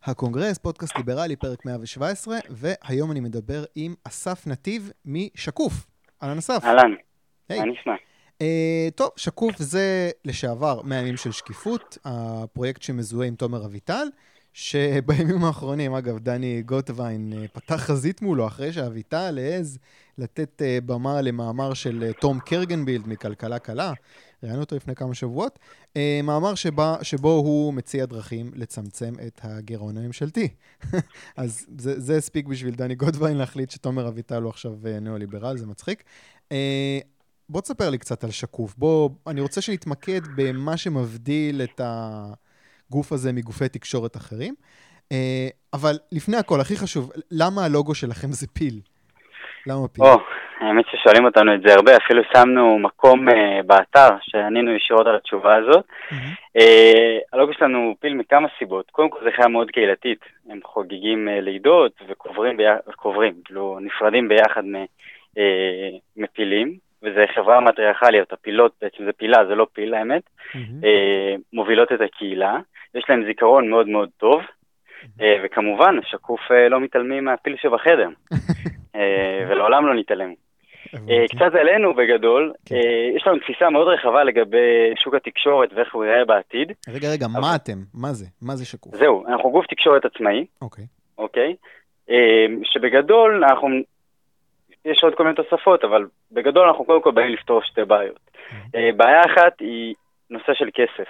הקונגרס, פודקאסט ליברלי, פרק 117, והיום אני מדבר עם אסף נתיב משקוף. אהלן אסף. אהלן, היי. מה נשמע? טוב, שקוף זה לשעבר 100 ימים של שקיפות, הפרויקט שמזוהה עם תומר אביטל, שבימים האחרונים, אגב, דני גוטווין פתח חזית מולו אחרי שאביטל העז לתת במה למאמר של תום קרגנבילד מכלכלה קלה, ראינו אותו לפני כמה שבועות, מאמר שבו הוא מציע דרכים לצמצם את הגירעון הממשלתי. אז זה הספיק בשביל דני גוטווין להחליט שתומר אביטל הוא עכשיו ניאו-ליברל, זה מצחיק. בוא תספר לי קצת על שקוף. אני רוצה שנתמקד במה שמבדיל את הגוף הזה מגופי תקשורת אחרים. אבל לפני הכל, הכי חשוב, למה הלוגו שלכם זה פיל? למה פיל? האמת ששואלים אותנו את זה הרבה, אפילו שמנו מקום באתר שענינו ישירות על התשובה הזאת. הלוגו שלנו פיל מכמה סיבות. קודם כל זה חיה מאוד קהילתית. הם חוגגים לידות וקוברים, כאילו נפרדים ביחד מפילים. וזה חברה מטריארכלית, הפילות, בעצם זה פילה, זה לא פיל האמת, מובילות את הקהילה, יש להם זיכרון מאוד מאוד טוב, וכמובן, שקוף לא מתעלמים מהפיל שבחדר, ולעולם לא נתעלם. קצת עלינו בגדול, יש לנו תפיסה מאוד רחבה לגבי שוק התקשורת ואיך הוא יראה בעתיד. רגע, מה אתם? מה זה? מה זה שקוף? זהו, אנחנו גוף תקשורת עצמאי, אוקיי. שבגדול אנחנו... יש עוד כל מיני תוספות, אבל בגדול אנחנו קודם כל באים לפתור שתי בעיות. בעיה אחת היא נושא של כסף.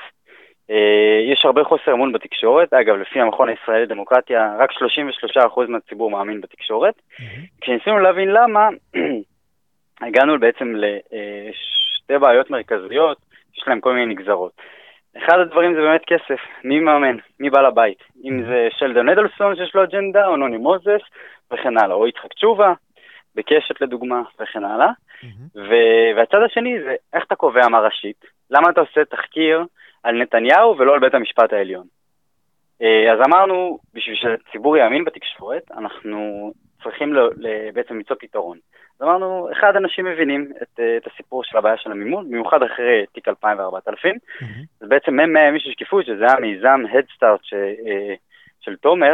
יש הרבה חוסר אמון בתקשורת, אגב, לפי המכון הישראלי לדמוקרטיה, רק 33% מהציבור מאמין בתקשורת. כשניסינו להבין למה, הגענו בעצם לשתי בעיות מרכזיות, יש להם כל מיני נגזרות. אחד הדברים זה באמת כסף, מי מאמן, מי בא לבית. אם זה שלדון אדלסון שיש לו אג'נדה, או נוני מוזס, וכן הלאה, או יצחק תשובה, בקשת לדוגמה, וכן הלאה. והצד השני זה, איך אתה קובע מה ראשית? למה אתה עושה תחקיר על נתניהו ולא על בית המשפט העליון? אז אמרנו, בשביל שהציבור יאמין בתקשורת, אנחנו צריכים בעצם למצוא פתרון. אז אמרנו, אחד, אנשים מבינים את הסיפור של הבעיה של המימון, במיוחד אחרי תיק 2000 ו-4000. אז בעצם הם מישהו שקיפות, שזה היה מיזם Head Start של תומר,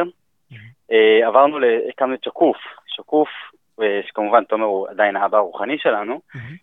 הקמנו את שקוף. שקוף, שכמובן תומר הוא עדיין האבא הרוחני שלנו,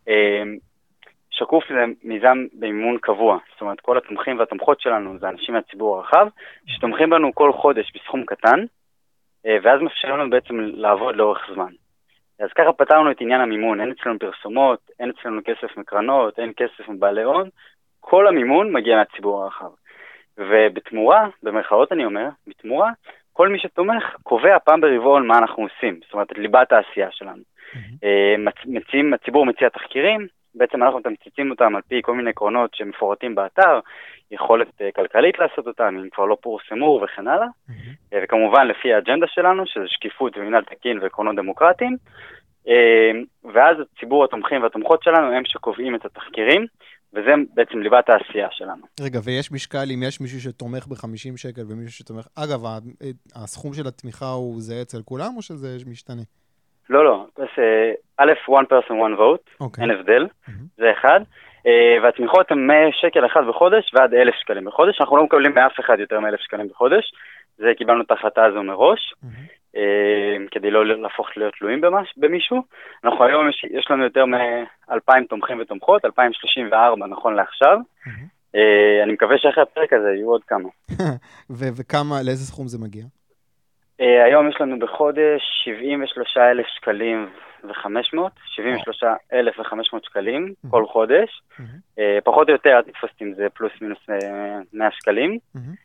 שקוף זה מיזם במימון קבוע, זאת אומרת כל התומכים והתומכות שלנו זה אנשים מהציבור הרחב, שתומכים בנו כל חודש בסכום קטן, ואז מאפשרים לנו בעצם לעבוד לאורך זמן. אז ככה פתרנו את עניין המימון, אין אצלנו פרסומות, אין אצלנו כסף מקרנות, אין כסף מבעלי הון, כל המימון מגיע מהציבור הרחב. ובתמורה, במרכאות אני אומר, בתמורה, כל מי שתומך קובע פעם ברבעון מה אנחנו עושים, זאת אומרת, את ליבת העשייה שלנו. הציבור מציע תחקירים, בעצם אנחנו מתמצים אותם על פי כל מיני עקרונות שמפורטים באתר, יכולת כלכלית לעשות אותם, הם כבר לא פורסמו וכן הלאה, וכמובן לפי האג'נדה שלנו, שזה שקיפות ומנהל תקין ועקרונות דמוקרטיים, ואז הציבור התומכים והתומכות שלנו הם שקובעים את התחקירים, וזה בעצם ליבת העשייה שלנו. רגע, ויש משקל אם יש מישהו שתומך ב-50 שקל ומישהו שתומך... אגב, הסכום של התמיכה הוא זהה אצל כולם או שזה משתנה? לא. אז א', one person, one vote, אין הבדל, זה אחד. והתמיכות הן 100 שקל אחד בחודש ועד 1,000 שקלים בחודש. אנחנו לא מקבלים מאף אחד יותר מ1,000 שקלים בחודש. זה קיבלנו את ההחלטה הזו מראש, כדי לא להפוך להיות תלויים במישהו. אנחנו היום יש לנו יותר מ-2,000 תומכים ותומכות, 2,034 נכון לעכשיו. אני מקווה שאחרי הפרק הזה יהיו עוד כמה. וכמה, לאיזה סכום זה מגיע? היום יש לנו בחודש 73,000 שקלים ו-500, 73,500 שקלים כל חודש. פחות או יותר, תתפסים זה פלוס מינוס 100 שקלים.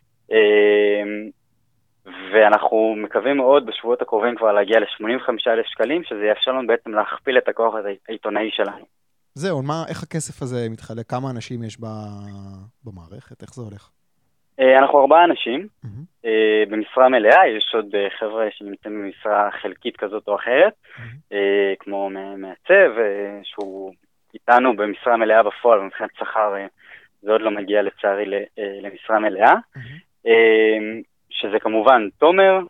ואנחנו מקווים מאוד בשבועות הקרובים כבר להגיע ל-85,000 שקלים, שזה יאפשר לנו בעצם להכפיל את הכוח העיתונאי שלנו. זהו, איך הכסף הזה מתחלק? כמה אנשים יש במערכת? איך זה הולך? אנחנו 4 אנשים, במשרה מלאה, יש עוד חבר'ה שנמצאים במשרה חלקית כזאת או אחרת, כמו מעצב, שהוא איתנו במשרה מלאה בפועל, מבחינת שכר, זה עוד לא מגיע לצערי למשרה מלאה, שזה כמובן תומר,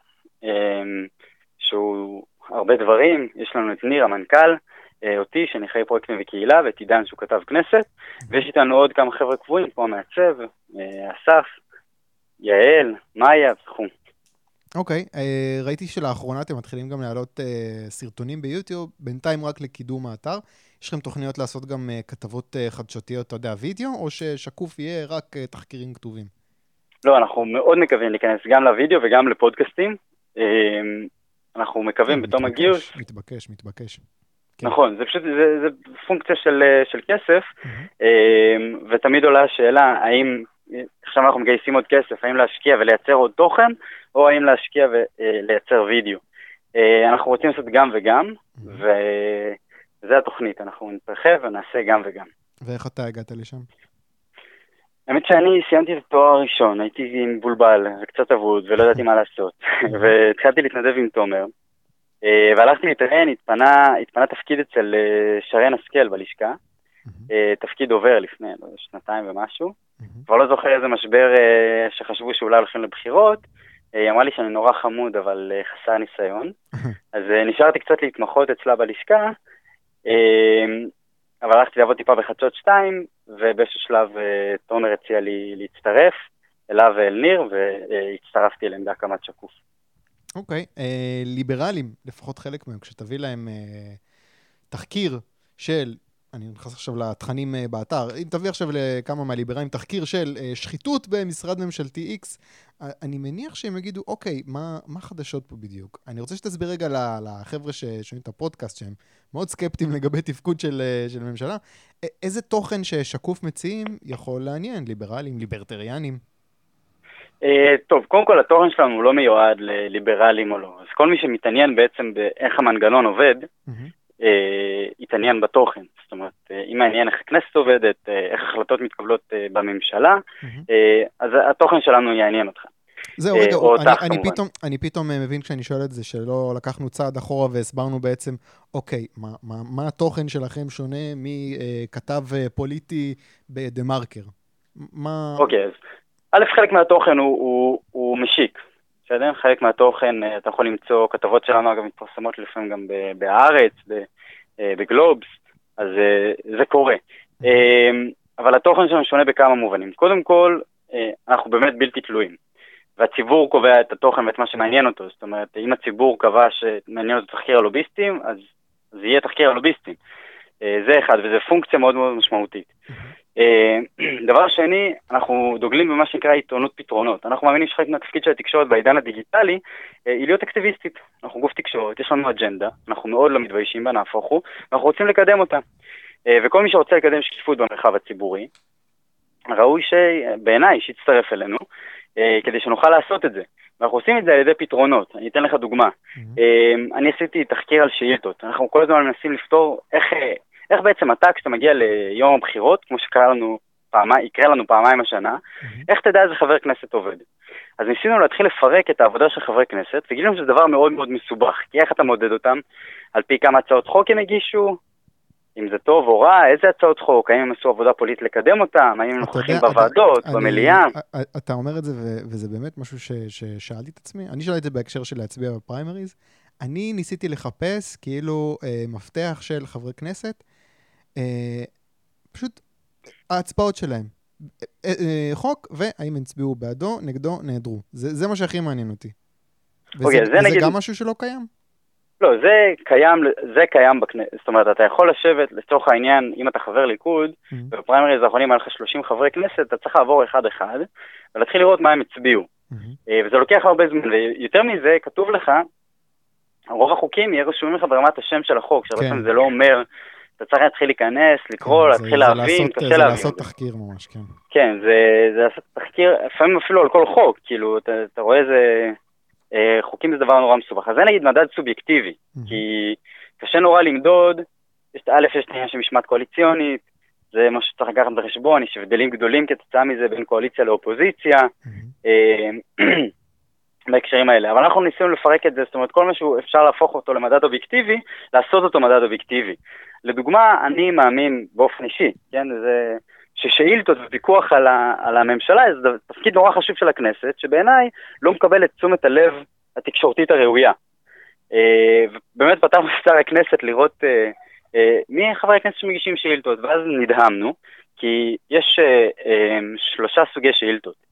שהוא הרבה דברים, יש לנו את ניר המנכ"ל, אותי שאני אחראי פרויקטים וקהילה, ואת עידן שהוא כתב כנסת, ויש איתנו עוד כמה חבר'ה קבועים, כמו מעצב, אסף, יעל, מאיה, וכו'. אוקיי, ראיתי שלאחרונה אתם מתחילים גם להעלות סרטונים ביוטיוב, בינתיים רק לקידום האתר. יש לכם תוכניות לעשות גם כתבות חדשותיות, אתה יודע, וידאו, או ששקוף יהיה רק תחקירים כתובים? לא, אנחנו מאוד מקווים להיכנס גם לוידאו וגם לפודקאסטים. אנחנו מקווים בתום הגיוס. מתבקש. נכון, זה פשוט, זה פונקציה של כסף, ותמיד עולה השאלה, האם, עכשיו אנחנו מגייסים עוד כסף, האם להשקיע ולייצר עוד תוכן, או האם להשקיע ולייצר וידאו. אנחנו רוצים לעשות גם וגם, וזה התוכנית, אנחנו נתרחב ונעשה גם וגם. ואיך אתה הגעת לשם? האמת שאני סיימתי את התואר הראשון, הייתי מבולבל וקצת אבוד ולא ידעתי מה לעשות, והתחלתי להתנדב עם תומר, והלכתי להתראיין, התפנה תפקיד אצל שרן השכל בלשכה, תפקיד עובר לפני שנתיים ומשהו, כבר לא זוכר איזה משבר שחשבו שאולי הולכים לבחירות, היא אמרה לי שאני נורא חמוד אבל חסר ניסיון, אז נשארתי קצת להתמחות אצלה בלשכה, אבל הלכתי לעבוד טיפה בחדשות 2, ובאיזשהו שלב תומר הציע לי להצטרף אליו ואל ניר, והצטרפתי אליהם בהקמת שקוף. אוקיי, ליברלים, לפחות חלק מהם, כשתביא להם תחקיר של, אני נכנס עכשיו לתכנים באתר, אם תביא עכשיו לכמה מהליברלים תחקיר של שחיתות במשרד ממשלתי X, אני מניח שהם יגידו, אוקיי, מה חדשות פה בדיוק? אני רוצה שתסביר רגע לחבר'ה ששומעים את הפודקאסט שהם מאוד סקפטיים לגבי תפקוד של ממשלה, איזה תוכן ששקוף מציעים יכול לעניין, ליברלים, ליברטריאנים? טוב, קודם כל התוכן שלנו הוא לא מיועד לליברלים או לא, אז כל מי שמתעניין בעצם באיך המנגנון עובד, יתעניין בתוכן, זאת אומרת, אם מעניין איך הכנסת עובדת, איך החלטות מתקבלות בממשלה, אז התוכן שלנו יעניין אותך. זהו, רגע, אני פתאום מבין כשאני שואל את זה, שלא לקחנו צעד אחורה והסברנו בעצם, אוקיי, מה התוכן שלכם שונה מכתב פוליטי בדה-מרקר? אוקיי, אז א', חלק מהתוכן הוא משיק, בסדר? חלק מהתוכן, אתה יכול למצוא כתבות שלנו, אגב, מתפרסמות לפעמים גם בהארץ, בגלובס, אז זה קורה. אבל התוכן שלנו שונה בכמה מובנים. קודם כל, אנחנו באמת בלתי תלויים. והציבור קובע את התוכן ואת מה שמעניין אותו. זאת אומרת, אם הציבור קבע שמעניין אותו תחקיר הלוביסטים, אז זה יהיה תחקיר הלוביסטים. זה אחד, וזה פונקציה מאוד מאוד משמעותית. דבר שני, אנחנו דוגלים במה שנקרא עיתונות פתרונות. אנחנו מאמינים שחלק מהתפקיד של התקשורת בעידן הדיגיטלי היא להיות אקטיביסטית. אנחנו גוף תקשורת, יש לנו אג'נדה, אנחנו מאוד לא מתביישים בה, נהפוך הוא, ואנחנו רוצים לקדם אותה. וכל מי שרוצה לקדם שקיפות במרחב הציבורי, ראוי שבעיניי שיצטרף אלינו, כדי שנוכל לעשות את זה. ואנחנו עושים את זה על ידי פתרונות. אני אתן לך דוגמה. אני עשיתי תחקיר על שאילתות. אנחנו כל הזמן מנסים לפתור איך בעצם אתה, כשאתה מגיע ליום הבחירות, כמו יקרה לנו פעמיים השנה, איך תדע איזה חבר כנסת עובד? אז ניסינו להתחיל לפרק את העבודה של חברי כנסת, וגילינו שזה דבר מאוד מאוד מסובך, כי איך אתה מודד אותם? על פי כמה הצעות חוק הם הגישו, אם זה טוב או רע, איזה הצעות חוק, האם הם עשו עבודה פוליטית לקדם אותם, האם הם נוכחים בוועדות, במליאה. אתה אומר את זה, וזה באמת משהו ששאלתי את עצמי, אני שאלתי את זה בהקשר של להצביע בפריימריז, אני ניסיתי לחפש כאילו מפתח של חברי כנסת, פשוט ההצבעות שלהם. חוק, והאם הם הצביעו בעדו, נגדו, נעדרו. זה מה שהכי מעניין אותי. וזה גם משהו שלא קיים? לא, זה קיים בכנסת. זאת אומרת, אתה יכול לשבת לצורך העניין, אם אתה חבר ליכוד, ובפריימריז האחרונים היה לך 30 חברי כנסת, אתה צריך לעבור אחד-אחד, ולהתחיל לראות מה הם הצביעו. וזה לוקח הרבה זמן, ויותר מזה, כתוב לך, רוב החוקים יהיה רשומים לך ברמת השם של החוק, שבעצם זה לא אומר, אתה צריך להתחיל להיכנס, לקרוא, להתחיל להבין, קשה להבין. זה לעשות תחקיר ממש, כן. כן, זה לעשות תחקיר, לפעמים אפילו על כל חוק, כאילו, אתה רואה איזה, חוקים זה דבר נורא מסובך. אז זה נגיד מדד סובייקטיבי, כי קשה נורא למדוד, יש עניין של משמעת קואליציונית, זה מה שצריך לקחת בחשבון, יש הבדלים גדולים כתוצאה מזה בין קואליציה לאופוזיציה, בהקשרים האלה. אבל אנחנו ניסינו לפרק את זה, זאת אומרת, כל משהו אפשר להפוך אותו למדד אובייקטיבי, לעשות אותו מדד אובייקטיבי. לדוגמה, אני מאמין באופן אישי, כן, זה ששאילתות ופיקוח על הממשלה, זה תפקיד נורא חשוב של הכנסת, שבעיניי לא מקבל את תשומת הלב התקשורתית הראויה. באמת פתחנו שר הכנסת לראות מי חברי הכנסת שמגישים שאילתות, ואז נדהמנו, כי יש 3 סוגי שאילתות.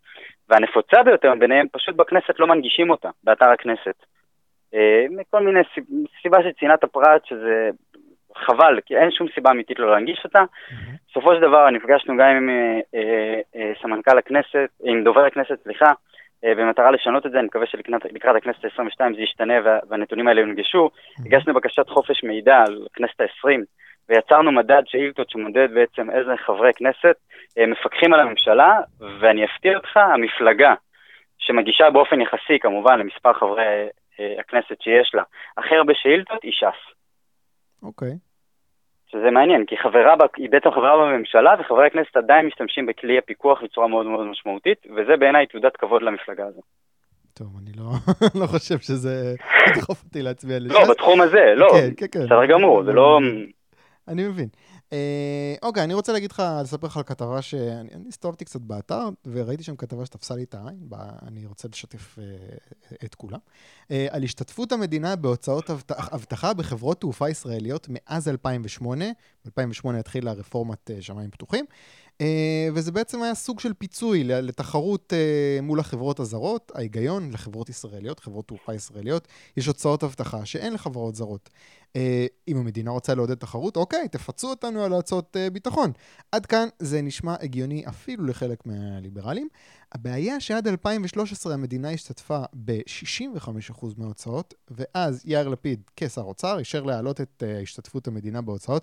והנפוצה ביותר ביניהם, פשוט בכנסת לא מנגישים אותה, באתר הכנסת. מכל מיני סיבה של צנעת הפרט, שזה חבל, כי אין שום סיבה אמיתית לא להנגיש אותה. בסופו של דבר נפגשנו גם עם סמנכ"ל הכנסת, עם דובר הכנסת, סליחה, במטרה לשנות את זה. אני מקווה שלקראת הכנסת ה-22 זה ישתנה והנתונים האלה יונגשו. הגשנו בקשת חופש מידע על הכנסת ה-20, ויצרנו מדד שאילתות שמודד בעצם איזה חברי כנסת מפקחים על הממשלה, ואני אפתיע אותך, המפלגה שמגישה באופן יחסי כמובן למספר חברי הכנסת שיש לה הכי הרבה שאילתות היא ש"ס. אוקיי. שזה מעניין, כי היא בעצם חברה בממשלה, וחברי הכנסת עדיין משתמשים בכלי הפיקוח בצורה מאוד מאוד משמעותית, וזה בעיניי תעודת כבוד למפלגה הזו. טוב, אני לא חושב שזה ידחוף אותי להצביע לש"ס. לא, בתחום הזה, לא. בסדר גמור, זה לא... אני מבין. אוקיי, אני רוצה לספר לך על כתבה שאני הסתובבתי קצת באתר, וראיתי שם כתבה שתפסה לי את העין, אני רוצה לשתף את כולם, על השתתפות המדינה בהוצאות אבטחה בחברות תעופה ישראליות מאז 2008. ב-2008 התחילה רפורמת שמיים פתוחים, וזה בעצם היה סוג של פיצוי לתחרות מול החברות הזרות. ההיגיון לחברות ישראליות, חברות תעופה ישראליות, יש הוצאות אבטחה שאין לחברות זרות. אם המדינה רוצה לעודד תחרות, אוקיי, תפצו אותנו על הוצאות ביטחון. עד כאן זה נשמע הגיוני אפילו לחלק מהליברלים. הבעיה שעד 2013 המדינה השתתפה ב-65% מההוצאות, ואז יאיר לפיד כשר אוצר אישר להעלות את השתתפות המדינה בהוצאות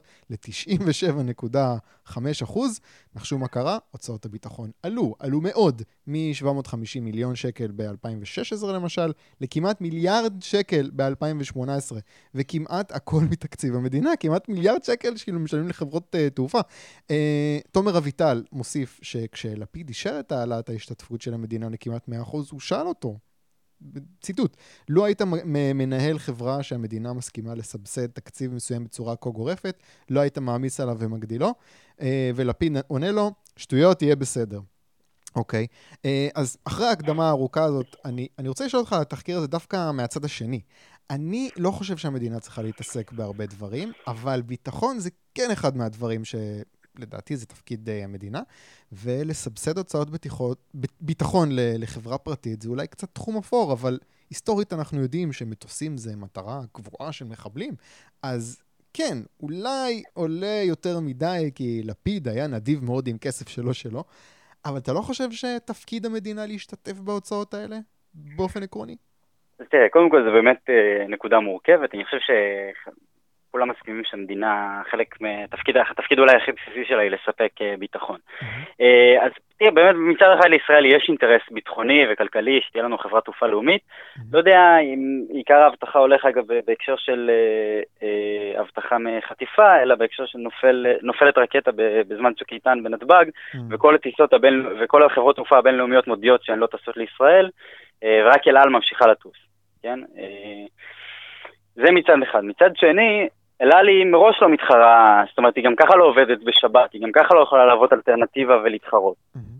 ל-97.5%. נחשו מה קרה? הוצאות הביטחון עלו מאוד, מ-750 מיליון שקל ב-2016 למשל, לכמעט מיליארד שקל ב-2018, וכמעט הכל מתקציב המדינה, כמעט מיליארד שקל שמשלמים לחברות תעופה. תומר אביטל מוסיף שכשלפיד אישר את העלאת ההשתתפות של המדינה לכמעט 100%, הוא שאל אותו, ציטוט, לא היית מנהל חברה שהמדינה מסכימה לסבסד תקציב מסוים בצורה כה גורפת, לא היית מעמיס עליו ומגדילו, ולפיד עונה לו, שטויות, יהיה בסדר. אוקיי, אז אחרי ההקדמה הארוכה הזאת, אני רוצה לשאול אותך על התחקיר הזה דווקא מהצד השני. אני לא חושב שהמדינה צריכה להתעסק בהרבה דברים, אבל ביטחון זה כן אחד מהדברים שלדעתי זה תפקיד המדינה, ולסבסד הוצאות ביטחון לחברה פרטית, זה אולי קצת תחום אפור, אבל היסטורית אנחנו יודעים שמטוסים זה מטרה קבועה של מחבלים, אז כן, אולי עולה יותר מדי, כי לפיד היה נדיב מאוד עם כסף שלו, אבל אתה לא חושב שתפקיד המדינה להשתתף בהוצאות האלה באופן עקרוני? תראה, קודם כל זה באמת נקודה מורכבת. אני חושב שכולם מסכימים שהמדינה, התפקיד אולי הכי בסיסי שלה היא לספק ביטחון. אז תראה, באמת מצד אחד לישראל יש אינטרס ביטחוני וכלכלי, שתהיה לנו חברת תעופה לאומית. לא יודע אם עיקר ההבטחה הולך אגב בהקשר של הבטחה מחטיפה, אלא בהקשר של נופלת רקטה בזמן צוק איתן בנתב"ג, וכל החברות תעופה הבינלאומיות מודיעות שהן לא טסות לישראל, ורק אל על ממשיכה לטוס, כן? זה מצד אחד. מצד שני, אל על היא מראש לא מתחרה, זאת אומרת, היא גם ככה לא עובדת בשבת, היא גם ככה לא יכולה להוות אלטרנטיבה ולהתחרות.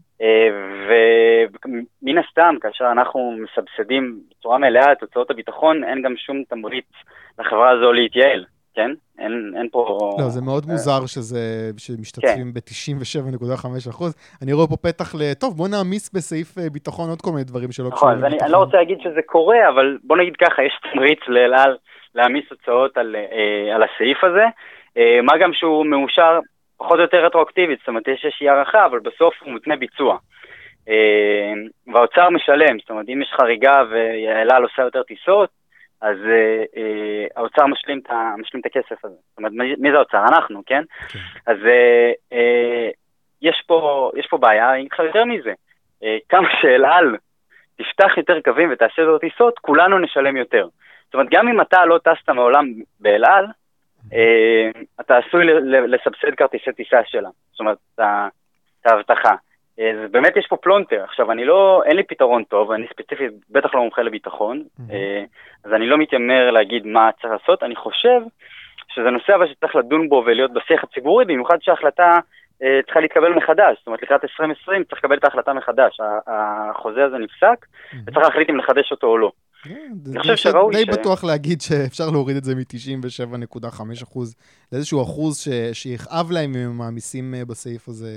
ומן הסתם, כאשר אנחנו מסבסדים בצורה מלאה את הוצאות הביטחון, אין גם שום תמריץ לחברה הזו להתייעל, כן? אין פה... לא, זה מאוד מוזר שמשתתפים ב-97.5%. אני רואה פה פתח טוב, בוא נעמיס בסעיף ביטחון עוד כל מיני דברים שלא קשורים לביטחון. אני לא רוצה להגיד שזה קורה, אבל בוא נגיד ככה, יש תמריץ לאל על להעמיס הוצאות על הסעיף הזה, מה גם שהוא מאושר פחות או יותר רטרואקטיבית, זאת אומרת, יש איזושהי הערכה, אבל בסוף הוא מותנה ביצוע. והאוצר משלם, זאת אומרת, אם יש חריגה ואל על עושה יותר טיסות, אז האוצר משלים את הכסף הזה. זאת אומרת, מי זה האוצר? אנחנו, כן? אז יש פה בעיה, אני אגיד לך יותר מזה. כמה שאל על תפתח יותר קווים ותעשה יותר טיסות, כולנו נשלם יותר. זאת אומרת, גם אם אתה לא טסת מעולם באל על, אתה עשוי לסבסד כרטיסי טיסה שלה. זאת אומרת, את ההבטחה. אז באמת יש פה פלונטר. עכשיו, אין לי פתרון טוב, אני ספציפית בטח לא מומחה לביטחון, אז אני לא מתיימר להגיד מה צריך לעשות. אני חושב שזה נושא אבל שצריך לדון בו ולהיות בשיח הציבורי, במיוחד שההחלטה צריכה להתקבל מחדש. זאת אומרת, לקראת 2020 צריך לקבל את ההחלטה מחדש. החוזה הזה נפסק, וצריך להחליט אם לחדש אותו או לא. אני חושב די בטוח להגיד שאפשר להוריד את זה מ-97.5% לאיזשהו אחוז שיכאב להם אם הם מעמיסים בסעיף הזה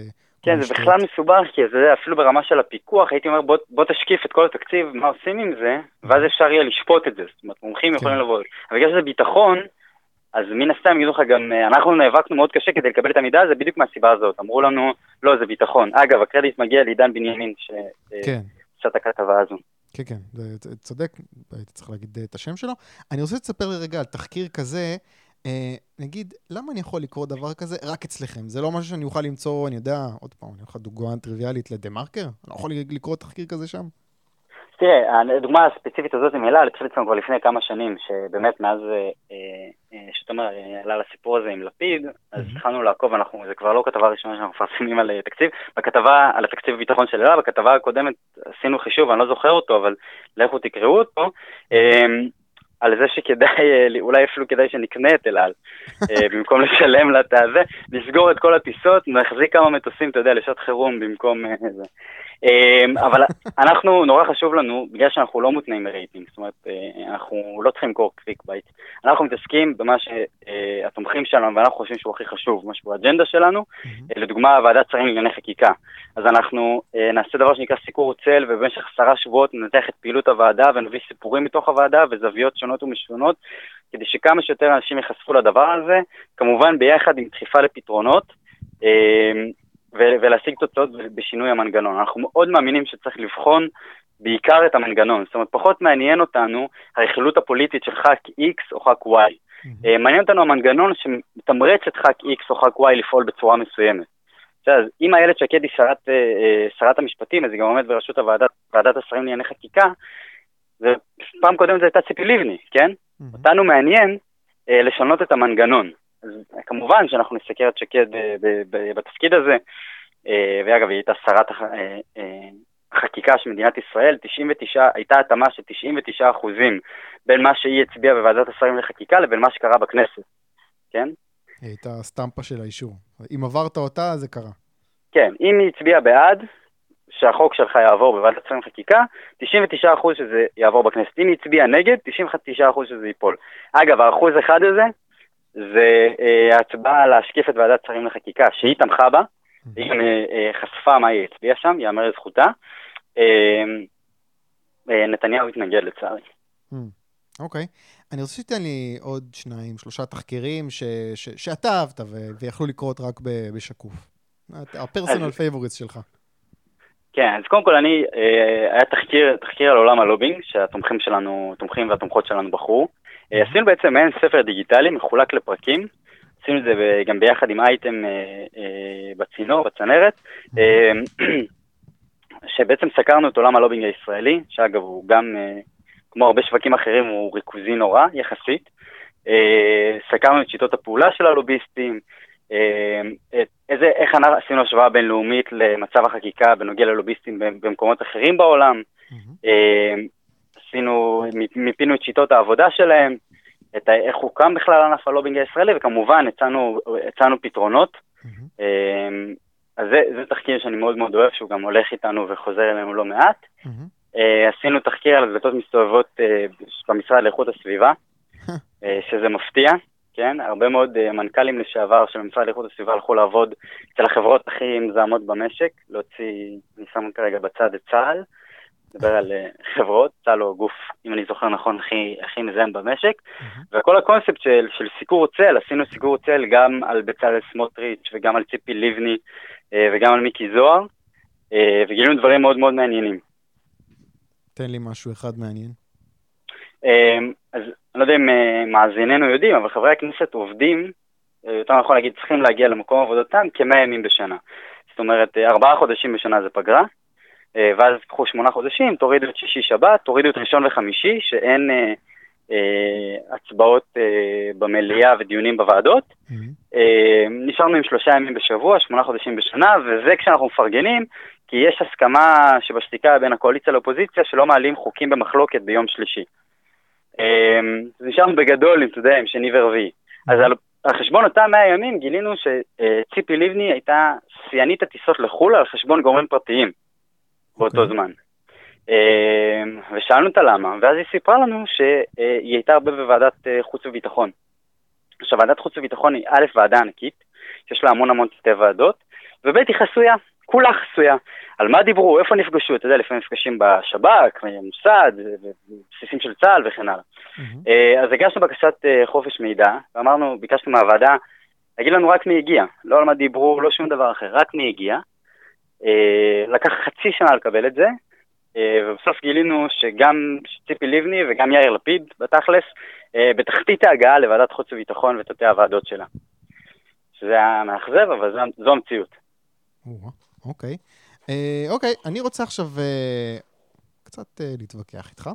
כן, זה בכלל מסובך, כי זה אפילו ברמה של הפיקוח, הייתי אומר, בוא תשקיף את כל התקציב, מה עושים עם זה, ואז אפשר יהיה לשפוט את זה. זאת אומרת, מומחים יכולים לבוא. אבל בגלל שזה ביטחון, אז מן הסתם יגידו לך גם, אנחנו נאבקנו מאוד קשה כדי לקבל את המידע הזה, בדיוק מהסיבה הזאת. אמרו לנו, לא, זה ביטחון. אגב, הקרדיט מגיע לעידן בנימין, שעשה את הכתבה הזו. כן, כן, צודק, הייתי צריך להגיד את השם שלו. אני רוצה לספר לי רגע על תחקיר כזה, נגיד, למה אני יכול לקרוא דבר כזה רק אצלכם? זה לא משהו שאני אוכל למצוא, אני יודע, עוד פעם, אני אוכל דוגמה טריוויאלית לדה-מרקר? אני לא יכול לקרוא תחקיר כזה שם? תראה, הדוגמה הספציפית הזאת עם אלה, התחיל אצלנו כבר לפני כמה שנים, שבאמת מאז שתומר עלה לסיפור הזה עם לפיד, אז התחלנו לעקוב, זה כבר לא כתבה ראשונה שאנחנו מפרסמים על תקציב, בכתבה על התקציב הביטחון של אלה, בכתבה הקודמת עשינו חישוב, אני לא זוכר אותו, אבל לכו תקראו אותו, על זה שכדאי, אולי אפילו כדאי שנקנה את אל על, במקום לשלם לתזה, לסגור את כל הטיסות, נחזיק כמה מטוסים, אתה יודע, לשעת חירום במקום זה. אבל אנחנו, נורא חשוב לנו, בגלל שאנחנו לא מותנאים מרייטינג, זאת אומרת, אנחנו לא צריכים קור קליק בייט, אנחנו מתעסקים במה שהתומכים שלנו, ואנחנו חושבים שהוא הכי חשוב, מה שהוא האג'נדה שלנו, לדוגמה, ועדת שרים לענייני חקיקה. אז אנחנו נעשה דבר שנקרא סיקור צל, ובמשך 10 שבועות ננתח את פעילות הוועדה, ונביא סיפורים מתוך הוועדה, וזוויות שונות ומשונות, כדי שכמה שיותר אנשים יחשפו לדבר הזה, כמובן ביחד עם דחיפה לפתרונות, ולהשיג תוצאות בשינוי המנגנון. אנחנו מאוד מאמינים שצריך לבחון בעיקר את המנגנון. זאת אומרת, פחות מעניין אותנו הרכילות הפוליטית של ח"כ X או ח"כ Y. מעניין אותנו המנגנון שמתמרץ את ח"כ X או ח"כ Y לפעול בצורה מסוימת. אז אם איילת שקד היא שרת המשפטים, אז היא גם עומדת בראשות ועדת השרים לענייני חקיקה, ופעם קודמת זה הייתה ציפי לבני, כן? אותנו מעניין לשנות את המנגנון. אז כמובן שאנחנו נסקר את שקד בתפקיד הזה, ואגב, היא הייתה שרת החקיקה של מדינת ישראל, הייתה התאמה של 99% בין מה שהיא הצביעה בוועדת השרים לחקיקה לבין מה שקרה בכנסת, כן? היא הייתה סטמפה של האישור. אם עברת אותה, זה קרה. כן, אם היא הצביעה בעד, שהחוק שלך יעבור בוועדת השרים לחקיקה, 99% שזה יעבור בכנסת. אם היא הצביעה נגד, 99% שזה ייפול. אגב, ה1% הזה, זה ההצבעה להשקיף את ועדת שרים לחקיקה, שהיא תמכה בה, היא גם חשפה מה היא הצביעה שם, יאמר לזכותה. נתניהו התנגד לצערי. אוקיי. אני רוצה שתיתן לי עוד 2-3 תחקירים שאתה אהבת ויכלו לקרות רק בשקוף. הפרסונל פייבוריטס שלך. כן, אז קודם כל היה תחקיר על עולם הלובינג, שהתומכים והתומכות שלנו בחרו. עשינו בעצם מעין ספר דיגיטלי, מחולק לפרקים. עשינו את זה גם ביחד עם אייטם בצנרת, שבעצם סקרנו את עולם הלובינג הישראלי, שאגב הוא גם, כמו הרבה שווקים אחרים, הוא ריכוזי נורא יחסית. סקרנו את שיטות הפעולה של הלוביסטים, איך עשינו השוואה בינלאומית למצב החקיקה בנוגע ללוביסטים במקומות אחרים בעולם. מיפינו את שיטות העבודה שלהם, איך הוקם בכלל ענף הלובינג הישראלי, וכמובן הצענו פתרונות. אז זה תחקיר שאני מאוד מאוד אוהב, שהוא גם הולך איתנו וחוזר אלינו לא מעט. עשינו תחקיר על הדלתות מסתובבות במשרד לאיכות הסביבה, שזה מפתיע, כן? הרבה מאוד מנכ"לים לשעבר של המשרד לאיכות הסביבה הלכו לעבוד אצל החברות הכי מזהמות במשק, אני שם כרגע בצד את צה"ל, מדבר על חברות, צה"ל הוא גוף, אם אני זוכר נכון, הכי מזהם במשק, וכל הקונספט של סיקור צל, עשינו סיקור צל גם על בצלאל סמוטריץ' וגם על ציפי לבני וגם על מיקי זוהר, וגילינו דברים מאוד מאוד מעניינים. תן לי משהו אחד מעניין. אז אני לא יודע אם מאזיננו יודעים, אבל חברי הכנסת עובדים, יותר נכון להגיד, צריכים להגיע למקום עבודתם כ100 ימים בשנה. זאת אומרת, 4 חודשים בשנה זה פגרה, ואז קחו 8 חודשים, תורידו את שישי שבת, תורידו את ראשון וחמישי, שאין הצבעות במליאה ודיונים בוועדות. נשארנו עם 3 ימים בשבוע, 8 חודשים בשנה, וזה כשאנחנו מפרגנים, כי יש הסכמה שבשתיקה בין הקואליציה לאופוזיציה, שלא מעלים חוקים במחלוקת ביום שלישי. נשארנו בגדול, אתה יודע, עם שני ורביעי. אז על חשבון אותם 100 ימים גילינו שציפי לבני הייתה שיאנית הטיסות לחו"ל על חשבון גורמים פרטיים באותו זמן. ושאלנו אותה למה, ואז היא סיפרה לנו שהיא הייתה הרבה בוועדת חוץ וביטחון. עכשיו, ועדת חוץ וביטחון היא א' ועדה ענקית, שיש לה המון תתי ועדות, וב' היא חסויה, כולה חסויה. על מה דיברו, איפה נפגשו, אתה יודע, לפעמים נפגשים בשב"כ, מוסד, בסיסים של צה"ל וכן הלאה. אז הגשנו בקשת חופש מידע, ואמרנו, ביקשנו מהוועדה, להגיד לנו רק מי הגיע, לא על מה דיברו, לא שום דבר אחר, רק מי הגיע. לקח חצי שנה לקבל את זה, ובסוף גילינו שגם ציפי לבני וגם יאיר לפיד, בתכלס, בתחתית ההגעה לוועדת חוץ וביטחון ותתי הוועדות שלה. שזה היה מאכזב, אבל זו המציאות. אוקיי. אוקיי, אני רוצה עכשיו קצת להתווכח איתך.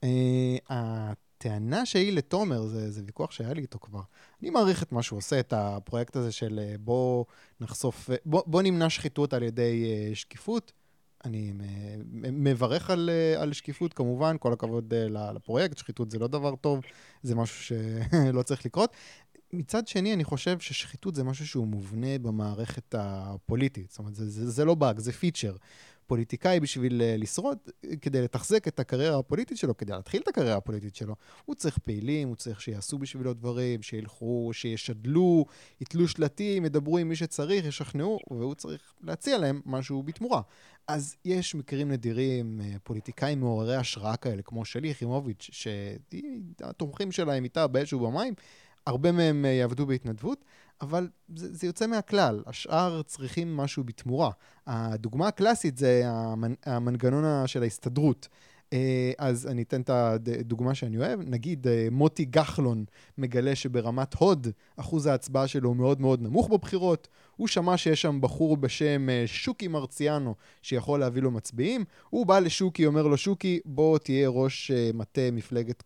הטענה שהיא לתומר, זה ויכוח שהיה לי איתו כבר. אני מעריך את מה שהוא עושה, את הפרויקט הזה של בוא נחשוף, בוא נמנע שחיתות על ידי שקיפות. אני מברך על שקיפות כמובן, כל הכבוד לפרויקט, שחיתות זה לא דבר טוב, זה משהו שלא צריך לקרות. מצד שני, אני חושב ששחיתות זה משהו שהוא מובנה במערכת הפוליטית. זאת אומרת, זה לא באג, זה פיצ'ר. פוליטיקאי בשביל לשרוד, כדי לתחזק את הקריירה הפוליטית שלו, כדי להתחיל את הקריירה הפוליטית שלו, הוא צריך פעילים, הוא צריך שיעשו בשבילו דברים, שילכו, שישדלו, יתלו שלטים, ידברו עם מי שצריך, ישכנעו, והוא צריך להציע להם משהו בתמורה. אז יש מקרים נדירים, פוליטיקאים מעוררי השראה כאלה, כמו שלי יחימוביץ', שהתומכים שלהם איתה באש ובמים, הרבה מהם יעבדו בהתנדבות, אבל זה יוצא מהכלל. השאר צריכים משהו בתמורה. הדוגמה הקלאסית זה המנגנון של ההסתדרות. אז אני אתן את הדוגמה שאני אוהב. נגיד, מוטי גחלון מגלה שברמת הוד, אחוז ההצבעה שלו מאוד מאוד נמוך בבחירות. הוא שמע שיש שם בחור בשם שוקי מרציאנו, שיכול להביא לו מצביעים. הוא בא לשוקי, אומר לו, שוקי, בוא תהיה ראש מטה מפלגת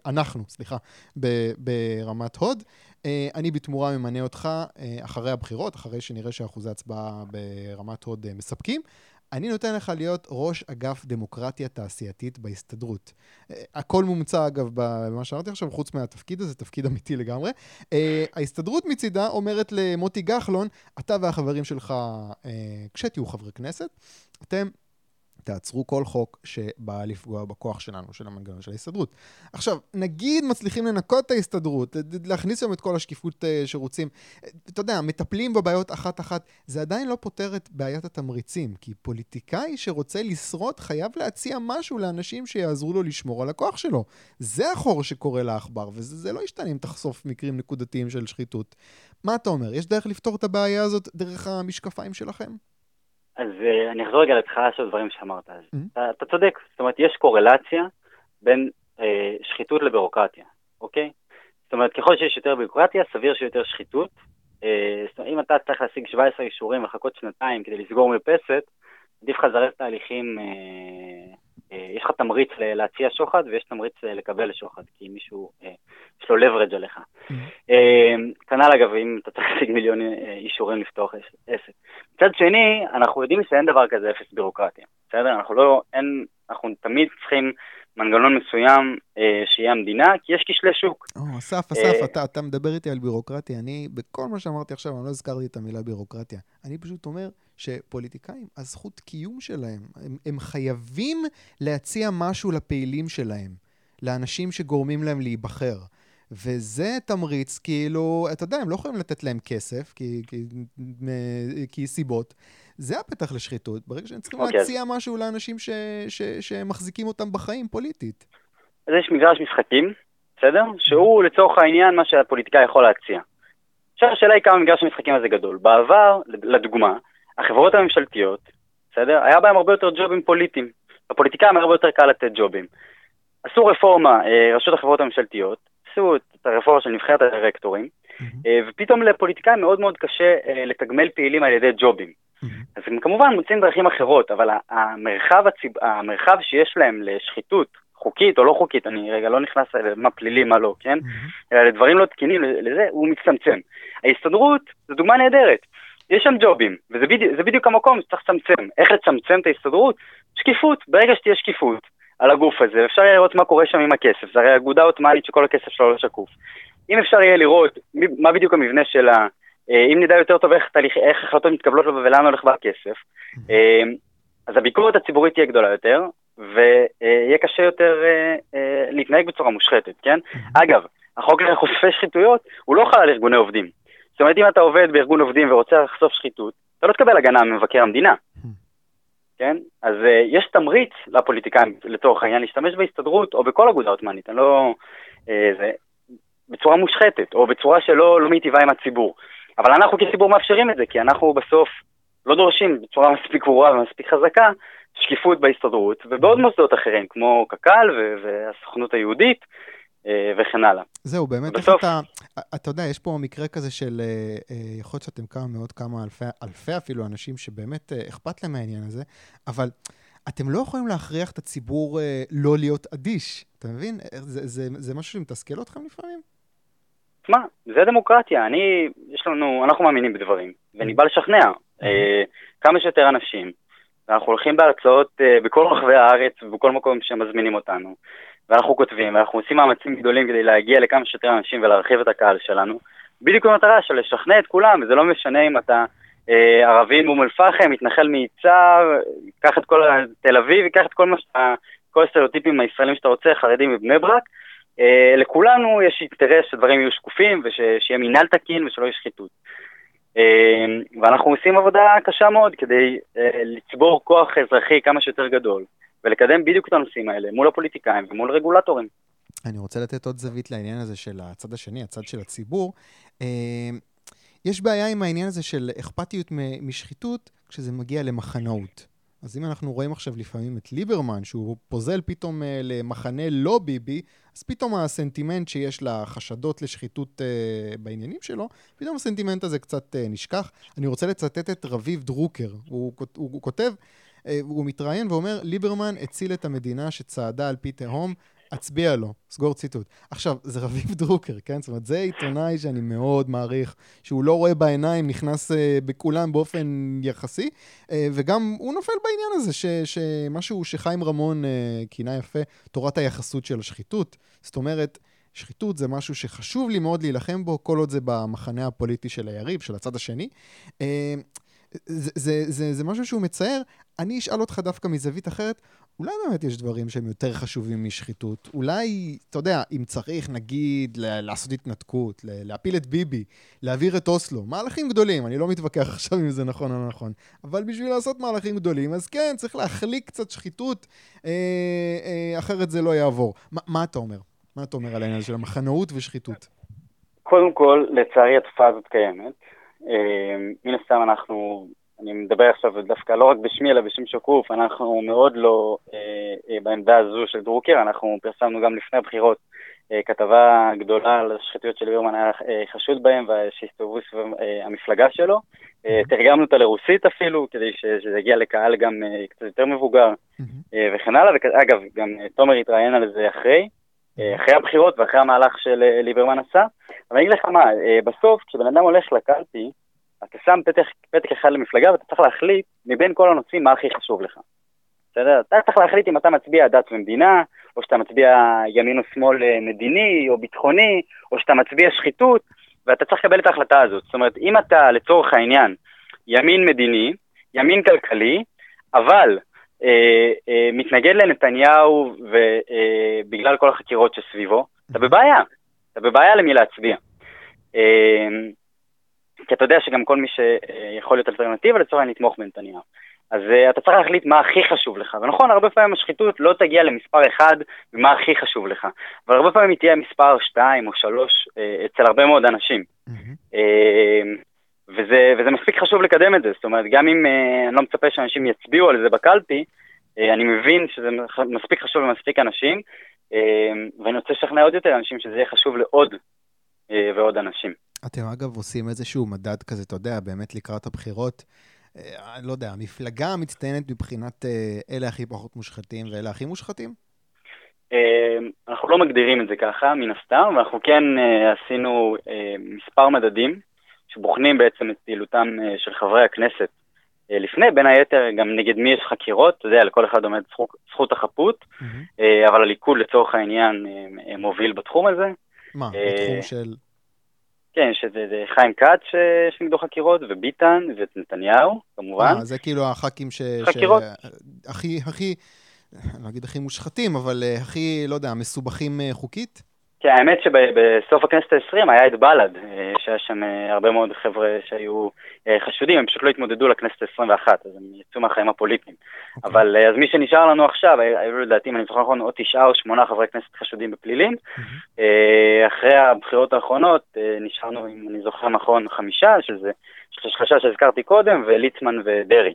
ברמת הוד. אני בתמורה ממנה אותך אחרי הבחירות, אחרי שנראה שאחוזי ההצבעה ברמת הוד מספקים. אני נותן לך להיות ראש אגף דמוקרטיה תעשייתית בהסתדרות. הכל מומצא אגב במה שאמרתי עכשיו, חוץ מהתפקיד הזה, תפקיד אמיתי לגמרי. ההסתדרות מצידה אומרת למוטי גחלון, אתה והחברים שלך, כשתהיו חברי כנסת, אתם תעצרו כל חוק שבא לפגוע בכוח שלנו, של המנגנון של ההסתדרות. עכשיו, נגיד מצליחים לנקות את ההסתדרות, להכניס שם את כל השקיפות שרוצים, אתה יודע, מטפלים בבעיות אחת-אחת, זה עדיין לא פותר את בעיית התמריצים, כי פוליטיקאי שרוצה לשרוד חייב להציע משהו לאנשים שיעזרו לו לשמור על הכוח שלו. זה החור שקורה לאחבר, וזה לא ישתנה אם תחשוף מקרים נקודתיים של שחיתות. מה אתה אומר? יש דרך לפתור את הבעיה הזאת דרך המשקפיים שלכם? אז אני אחזור רגע להתחלה של דברים שאמרת. אתה צודק, זאת אומרת, יש קורלציה בין שחיתות לבירוקרטיה, אוקיי? זאת אומרת, ככל שיש יותר בירוקרטיה, סביר שיותר שחיתות. זאת אומרת, אם אתה צריך להשיג 17 אישורים וחכות שנתיים כדי לסגור מרפסת, עדיף לך לזרז תהליכים, יש לך תמריץ להציע שוחד, ויש תמריץ לקבל שוחד, כי מישהו, יש לו leverage עליך. כנ"ל אגב, אם אתה צריך להשיג מיליון אישורים לפתוח עסק. מצד שני, אנחנו יודעים שאין דבר כזה אפס בירוקרטיה. בסדר? אנחנו תמיד צריכים מנגנון מסוים שיהיה המדינה, כי יש כשלי שוק. אסף, אתה מדבר איתי על בירוקרטיה. אני, בכל מה שאמרתי עכשיו, אני לא הזכרתי את המילה בירוקרטיה. אני פשוט אומר שפוליטיקאים, הזכות קיום שלהם, הם חייבים להציע משהו לפעילים שלהם, לאנשים שגורמים להם להיבחר. וזה תמריץ, כאילו, אתה יודע, הם לא יכולים לתת להם כסף, כי סיבות. זה הפתח לשחיתות, ברגע שהם צריכים להציע משהו לאנשים שמחזיקים אותם בחיים פוליטית. אז יש מגרש משחקים, בסדר? שהוא לצורך העניין מה שהפוליטיקאי יכול להציע. עכשיו השאלה היא כמה מגרש המשחקים הזה גדול. בעבר, לדוגמה, החברות הממשלתיות, בסדר? היה בהם הרבה יותר ג'ובים פוליטיים. הפוליטיקאים הרבה יותר קל לתת ג'ובים. עשו רפורמה, רשות החברות הממשלתיות, עשו את הרפורמה של נבחרת הדירקטורים, ופתאום לפוליטיקאים מאוד מאוד קשה לתגמל פעילים על ידי ג'ובים. אז הם כמובן מוצאים דרכים אחרות, אבל המרחב שיש להם לשחיתות, חוקית או לא חוקית, אני רגע לא נכנס למה פלילי, מה לא, כן? אלא לדברים לא תקינים, לזה הוא מצטמצם. ההסתדרות זו דוגמה נהדרת. יש שם ג'ובים, וזה בדיוק המקום שצריך לצמצם. איך לצמצם את ההסתדרות? שקיפות. ברגע שתהיה שקיפות על הגוף הזה, אפשר יהיה לראות מה קורה שם עם הכסף. זה הרי אגודה אוטומטית שכל הכסף שלו לא שקוף. אם אפשר יהיה לראות מה בדיוק המבנה שלה, אם נדע יותר טוב איך החלטות מתקבלות לו ולאן הולך בה הכסף, אז הביקורת הציבורית תהיה גדולה יותר, ויהיה קשה יותר להתנהג בצורה מושחתת, כן? אגב, החוק לחושפי שחיתויות הוא לא חל על ארגוני עובדים. זאת אומרת, אם אתה עובד בארגון עובדים ורוצה לחשוף שחיתות, אתה לא תקבל הגנה ממבקר המדינה. כן? אז יש תמריץ לפוליטיקאים, לצורך העניין, להשתמש בהסתדרות או בכל אגודה עות'מאנית, אני לא... בצורה מושחתת, או בצורה שלא מיטיבה עם הציבור. אבל אנחנו כציבור מאפשרים את זה, כי אנחנו בסוף לא דורשים בצורה מספיק ברורה ומספיק חזקה, שקיפות בהסתדרות, ובעוד מוסדות אחרים, כמו קק"ל והסוכנות היהודית, וכן הלאה. זהו, באמת, בסוף... אתה יודע, יש פה מקרה כזה של, יכול להיות שאתם כמה אלפי אפילו אנשים שבאמת אכפת להם מהעניין הזה, אבל אתם לא יכולים להכריח את הציבור לא להיות אדיש, אתה מבין? זה משהו שמתסכל אתכם לפעמים? תשמע, זה דמוקרטיה, אנחנו מאמינים בדברים, ואני בא לשכנע כמה שיותר אנשים, ואנחנו הולכים בהרצאות בכל רחבי הארץ ובכל מקום שמזמינים אותנו, ואנחנו כותבים, ואנחנו עושים מאמצים גדולים כדי להגיע לכמה שיותר אנשים ולהרחיב את הקהל שלנו, בדיוק במטרה של לשכנע את כולם, וזה לא משנה אם אתה ערבי מאום אל-פחם, מתנחל מיצהר, קח את כל תל אביב, קח את כל הסטריאוטיפים הישראלים שאתה רוצה, חרדים מבני ברק, לכולנו יש אינטרס שדברים יהיו שקופים, ושיהיה מינהל תקין ושלא יהיה שחיתות. ואנחנו עושים עבודה קשה מאוד כדי לצבור כוח אזרחי כמה שיותר גדול, ולקדם בדיוק את הנושאים האלה מול הפוליטיקאים ומול רגולטורים. אני רוצה לתת עוד זווית לעניין הזה של הצד השני, הצד של הציבור. יש בעיה עם העניין הזה של אכפתיות משחיתות כשזה מגיע למחנאות. אז אם אנחנו רואים עכשיו לפעמים את ליברמן, שהוא פוזל פתאום למחנה לא ביבי, אז פתאום הסנטימנט שיש לה חשדות לשחיתות בעניינים שלו, פתאום הסנטימנט הזה קצת נשכח. אני רוצה לצטט את רביב דרוקר. הוא כותב, הוא מתראיין ואומר, ליברמן הציל את המדינה שצעדה על פי תהום, הצביע לו, סגור ציטוט. עכשיו, זה רביב דרוקר, כן? זאת אומרת, זה עיתונאי שאני מאוד מעריך, שהוא לא רואה בעיניים, נכנס בכולם באופן יחסי, וגם הוא נופל בעניין הזה, שמשהו שחיים רמון כינה יפה, תורת היחסות של השחיתות. זאת אומרת, שחיתות זה משהו שחשוב לי מאוד להילחם בו, כל עוד זה במחנה הפוליטי של היריב, של הצד השני. זה משהו שהוא מצייר. אני אשאל אותך דווקא מזווית אחרת, אולי באמת יש דברים שהם יותר חשובים משחיתות? אולי, אתה יודע, אם צריך, נגיד, לעשות התנתקות, להפיל את ביבי, להעביר את אוסלו, מהלכים גדולים, אני לא מתווכח עכשיו אם זה נכון או לא נכון, אבל בשביל לעשות מהלכים גדולים, אז כן, צריך להחליק קצת שחיתות, אחרת זה לא יעבור. מה אתה אומר? מה אתה אומר על העניין של המחנאות ושחיתות? קודם כל, לצערי התופעה הזאת קיימת. מן הסתם אני מדבר עכשיו דווקא לא רק בשמי, אלא בשם שקוף, אנחנו מאוד לא בעמדה הזו של דרוקר, אנחנו פרסמנו גם לפני הבחירות כתבה גדולה על השחיתויות של ליברמן היה חשוד בהם, שהסתובבו סביב המפלגה שלו, תרגמנו אותה לרוסית אפילו, כדי שזה יגיע לקהל גם קצת יותר מבוגר וכן הלאה, ואגב, גם תומר התראיין על זה אחרי הבחירות ואחרי המהלך של ליברמן עשה, אבל אני אגיד לך מה, בסוף כשבן אדם הולך לקלפי, אתה שם פתק אחד למפלגה, ואתה צריך להחליט מבין כל הנושאים מה הכי חשוב לך. בסדר? אתה צריך להחליט אם אתה מצביע דת ומדינה, או שאתה מצביע ימין או שמאל מדיני, או ביטחוני, או שאתה מצביע שחיתות, ואתה צריך לקבל את ההחלטה הזאת. זאת אומרת, אם אתה לצורך העניין ימין מדיני, ימין כלכלי, אבל מתנגד לנתניהו ובגלל כל החקירות שסביבו, אתה בבעיה. אתה בבעיה למי להצביע. כי אתה יודע שגם כל מי שיכול להיות אלטרנטיבה לצורך לתמוך בנתניהו. אז אתה צריך להחליט מה הכי חשוב לך. ונכון, הרבה פעמים השחיתות לא תגיע למספר 1 ומה הכי חשוב לך. אבל הרבה פעמים היא תהיה מספר 2 או 3 אצל הרבה מאוד אנשים. וזה מספיק חשוב לקדם את זה. זאת אומרת, גם אם אני לא מצפה שאנשים יצביעו על זה בקלפי, אני מבין שזה מספיק חשוב למספיק אנשים, ואני רוצה לשכנע עוד יותר אנשים שזה יהיה חשוב לעוד ועוד אנשים. אתם אגב עושים איזשהו מדד כזה, אתה יודע, באמת לקראת הבחירות, אני לא יודע, המפלגה מצטיינת מבחינת אלה הכי פחות מושחתים ואלה הכי מושחתים? אנחנו לא מגדירים את זה ככה, מן הסתם, ואנחנו כן עשינו מספר מדדים שבוחנים בעצם את פעילותם של חברי הכנסת לפני, בין היתר גם נגד מי יש חקירות, אתה יודע, לכל אחד עומד זכות החפות, אבל הליכוד לצורך העניין מוביל בתחום הזה. מה, בתחום של... כן, שזה חיים כץ שנגדו חקירות, וביטן, ונתניהו, כמובן. זה כאילו הח"כים חקירות. הכי, אני לא אגיד הכי מושחתים, אבל הכי, לא יודע, מסובכים חוקית? כן, האמת שבסוף הכנסת ה-20 היה את בל"ד, שהיה שם הרבה מאוד חבר'ה שהיו חשודים, הם פשוט לא התמודדו לכנסת ה-21, אז הם יצאו מהחיים הפוליטיים. אבל אז מי שנשאר לנו עכשיו, היו לדעתי, אם אני זוכר נכון, עוד 9 או 8 חברי כנסת חשודים בפלילים. אחרי הבחירות האחרונות נשארנו, אם אני זוכר נכון, 5, שזה 3 שהזכרתי קודם, וליצמן ודרי.